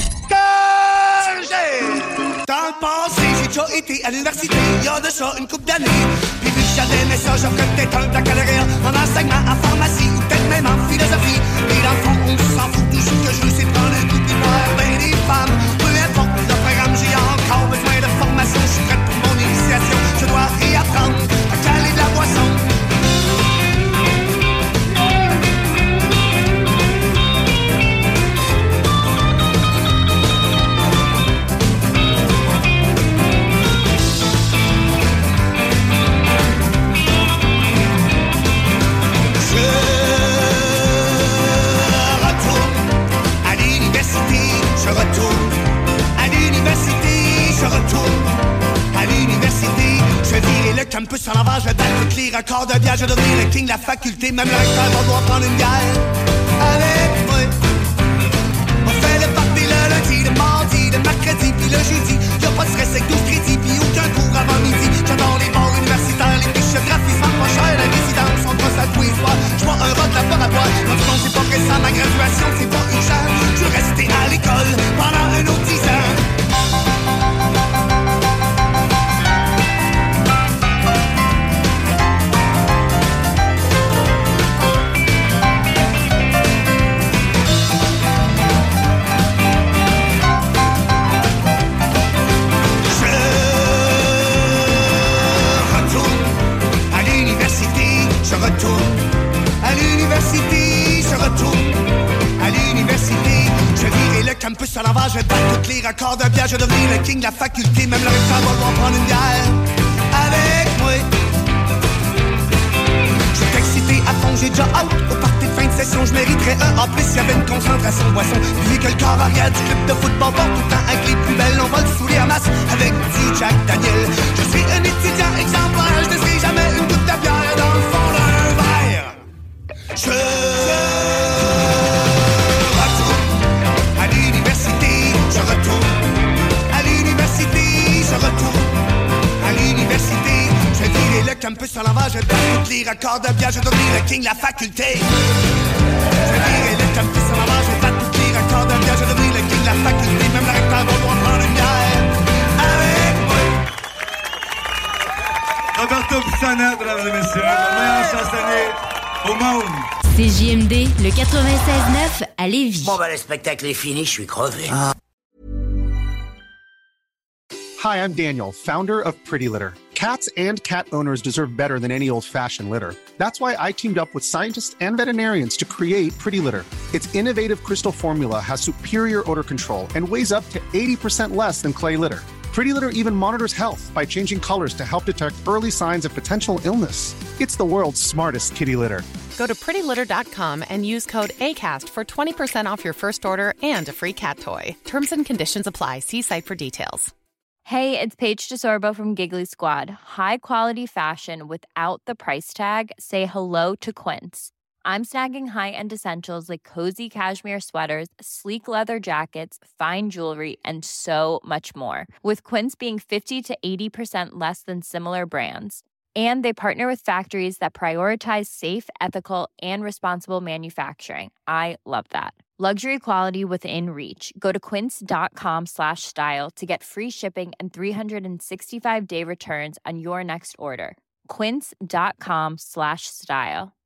Dans le passé, j'ai déjà été à l'université, il y a de ça une couple d'années. Puis vu que j'avais mes ça, j'offrais peut-être un baccalauréat en enseignement, en pharmacie ou peut-être même en philosophie. Mais dans le fond, on s'en fout, tout ce que je veux, c'est prendre un coup de voir ben des femmes. Peu importe le programme, j'ai encore besoin de formation. Je suis prête pour mon initiation, je dois réapprendre à caler de la boisson. campus à l'envers, je vais battre toutes les records de bière, je vais devenir le king de la faculté, même le recteur va devoir prendre une bière avec moi. On fait le party le lundi, le mardi, le mercredi, puis le jeudi. Y'a pas de stress avec 12 crédits, puis aucun cours avant midi. J'adore les bars universitaires, les fiches graphismes pas cher, la résidence, on passe à tous les soirs. J'vois un rock laboratoire, dans le fond c'est pas récent, ma graduation c'est pas une chance. Je veux rester à l'école pendant un autre 10 ans. Je retourne à l'université, je retourne à l'université. Je virai le campus à l'envers, je vais battre tous les records de bière. Je vais devenir le king de la faculté, même le recteur va devoir prendre une bière avec moi. Je suis excité à fond, j'ai déjà hâte au party de fin de session. Je mériterais un A+, s'il y avait une concentration boisson. Vu que le corps arrière du club de football porte tout le temps avec les plus belles. On va le saouler en masse avec petit Jack Daniel. Je suis un étudiant exemplaire, je ne serai jamais une goutte de bière dans le fond d'un verre. Je retourne à l'université, je retourne à l'université, je retourne à l'université. Je vais virer le campus à l'envers, je vais battre tous les records de bière, je vais devenir le king de la faculté. Je vais virer le campus à l'envers, je vais battre tous les records de bière, je vais devenir le king de la faculté. Même le recteur va devoir prendre une bière avec moi. Roberto Pissonnette, mesdames et messieurs, le meilleur chansonnier au monde. CJMD, le 96.9 à Lévis. Bon, ben, le spectacle est fini, je suis crevé. Hi, I'm Daniel, founder of Pretty Litter. Cats and cat owners deserve better than any old-fashioned litter. That's why I teamed up with scientists and veterinarians to create Pretty Litter. Its innovative crystal formula has superior odor control and weighs up to 80% less than clay litter. Pretty Litter even monitors health by changing colors to help detect early signs of potential illness. It's the world's smartest kitty litter. Go to prettylitter.com and use code ACAST for 20% off your first order and a free cat toy. Terms and conditions apply. See site for details. Hey, it's Paige DeSorbo from Giggly Squad. High quality fashion without the price tag. Say hello to Quince. I'm snagging high-end essentials like cozy cashmere sweaters, sleek leather jackets, fine jewelry, and so much more. With Quince being 50 to 80% less than similar brands. And they partner with factories that prioritize safe, ethical, and responsible manufacturing. I love that. Luxury quality within reach. Go to quince.com/style to get free shipping and 365-day returns on your next order. Quince.com/style.